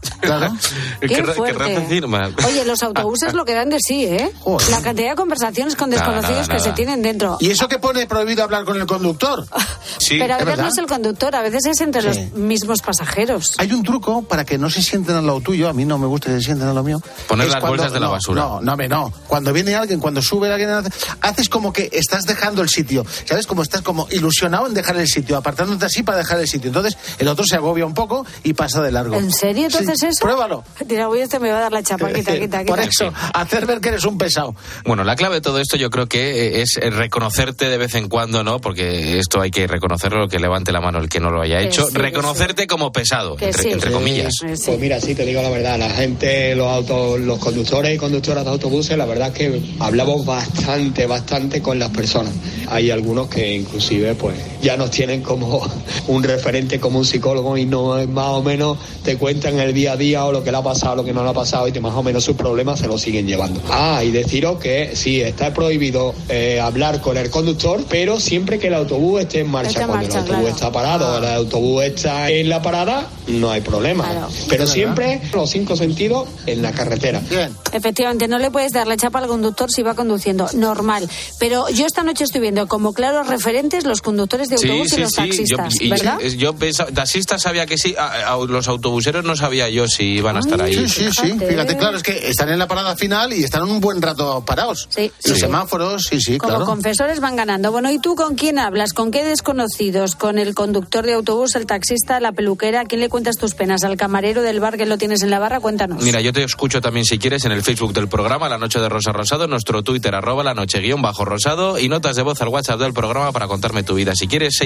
Claro. Qué fuerte. Decir, oye, los autobuses lo que dan de sí, ¿eh? Joder. La cantidad de conversaciones con desconocidos que se tienen dentro. ¿Y eso que pone prohibido hablar con el conductor? Sí, pero a veces ¿verdad? no es el conductor, a veces es entre los mismos pasajeros. Hay un truco para que no se sienten al lado tuyo. A mí no me gusta que se sienten al lado mío. Poner las bolsas de la basura. No. Cuando viene alguien, cuando sube alguien, haces como que estás dejando el sitio. ¿Sabes? Como estás como ilusionado en dejar el sitio, apartándote así para dejar el sitio. Entonces, el otro se agobia un poco y pasa de largo. ¿En serio? ¿Entonces eso? Pruébalo. Dirá, uy, este me va a dar la chapa. Quita. Por eso, hacer ver que eres un pesado. Bueno, la clave de todo esto yo creo que es reconocerte de vez en cuando, ¿no? Porque esto hay que reconocerlo, que levante la mano el que no lo haya hecho. Reconocerte como pesado, entre comillas. Pues mira, sí, te digo la verdad, la gente, los conductores y conductoras de autobuses, la verdad es que hablamos bastante con las personas. Hay algunos que inclusive pues ya nos tienen como un referente, como un psicólogo, y no es más o menos te cuentan el día a día o lo que le ha pasado, lo que no le ha pasado, y más o menos sus problemas se lo siguen llevando. Y deciros que sí, está prohibido hablar con el conductor, pero siempre que el autobús esté en marcha. Cuando el autobús está parado, el autobús está en la parada, no hay problema. Claro. Pero siempre los 5 sentidos en la carretera. Bien. Efectivamente, no le puedes dar la chapa al conductor si va conduciendo, normal. Pero yo esta noche estoy viendo como claros referentes los conductores de autobús y los taxistas, ¿verdad? Yo pensaba, taxistas sabía que sí, los autobuseros no sabía yo si iban a estar ahí. Sí. Fíjate, claro, es que están en la parada final y están un buen rato parados. Sí. Los semáforos, sí, como claro. confesores van ganando. Bueno, ¿y tú con quién hablas? ¿Con qué desconocidos? ¿Con el conductor de autobús, el taxista, la peluquera? ¿A quién le cuentas tus penas? ¿Al camarero del bar que lo tienes en la barra? Cuéntanos. Mira, yo te escucho también si quieres en el Facebook del programa La Noche de Rosa Rosado, nuestro Twitter @lanoche_rosado y notas de voz al WhatsApp del programa para contarme tu vida. Si quieres,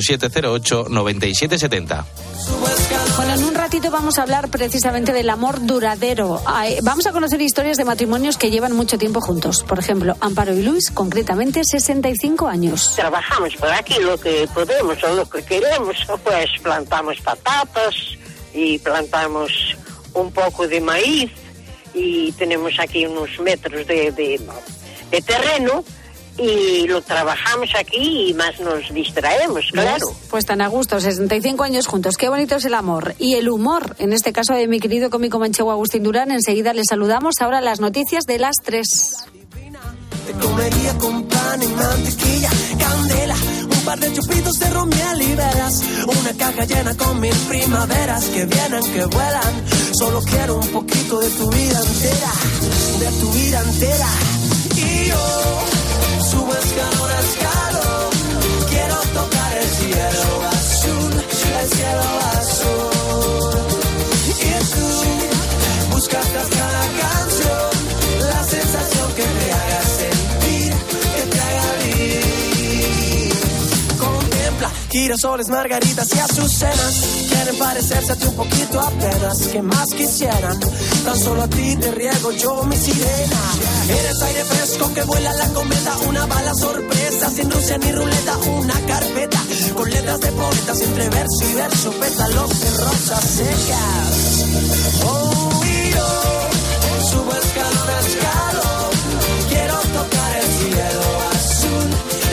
687089770. Bueno, en un ratito vamos a hablar precisamente del amor duradero. Vamos a conocer historias de matrimonios que llevan mucho tiempo juntos. Por ejemplo, Amparo y Luis, concretamente 65 años. Trabajamos por aquí lo que podemos o lo que queremos, pues plantamos patatas y plantamos un poco de maíz y tenemos aquí unos metros de terreno y lo trabajamos aquí y más nos distraemos, claro. Pues tan a gusto, 65 años juntos, qué bonito es el amor y el humor, en este caso de mi querido cómico manchego Agustín Durán. Enseguida le saludamos, ahora las noticias de las 3. Te comería con pan y mantequilla, candela, un par de chupitos de romiel y velas, una caja llena con 1000 primaveras que vienen, que vuelan. Solo quiero un poquito de tu vida entera, y yo subo escalón a escalón, quiero tocar el cielo azul, y tú buscas cada canción, la sensación que te haga sentir, que te haga vivir. Contempla girasoles, margaritas y azucenas, quieren parecerse a ti un poquito apenas, que más quisieran, tan solo a ti te riego yo mi sirena. Eres aire fresco que vuela la cometa, una bala sorpresa, sin Rusia ni ruleta, una carpeta con letras de poetas entre verso y verso, pétalos de rosas secas. Y yo subo escalón a escalón, quiero tocar el cielo azul,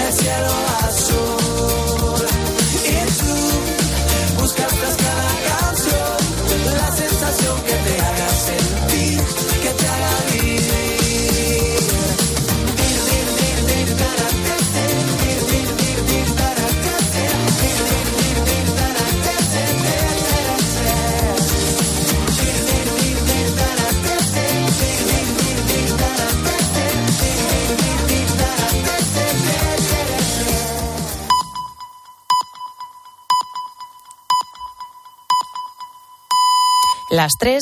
y tú buscas tras cada canción la sensación que te haga sentir, que te haga vivir. Las 3.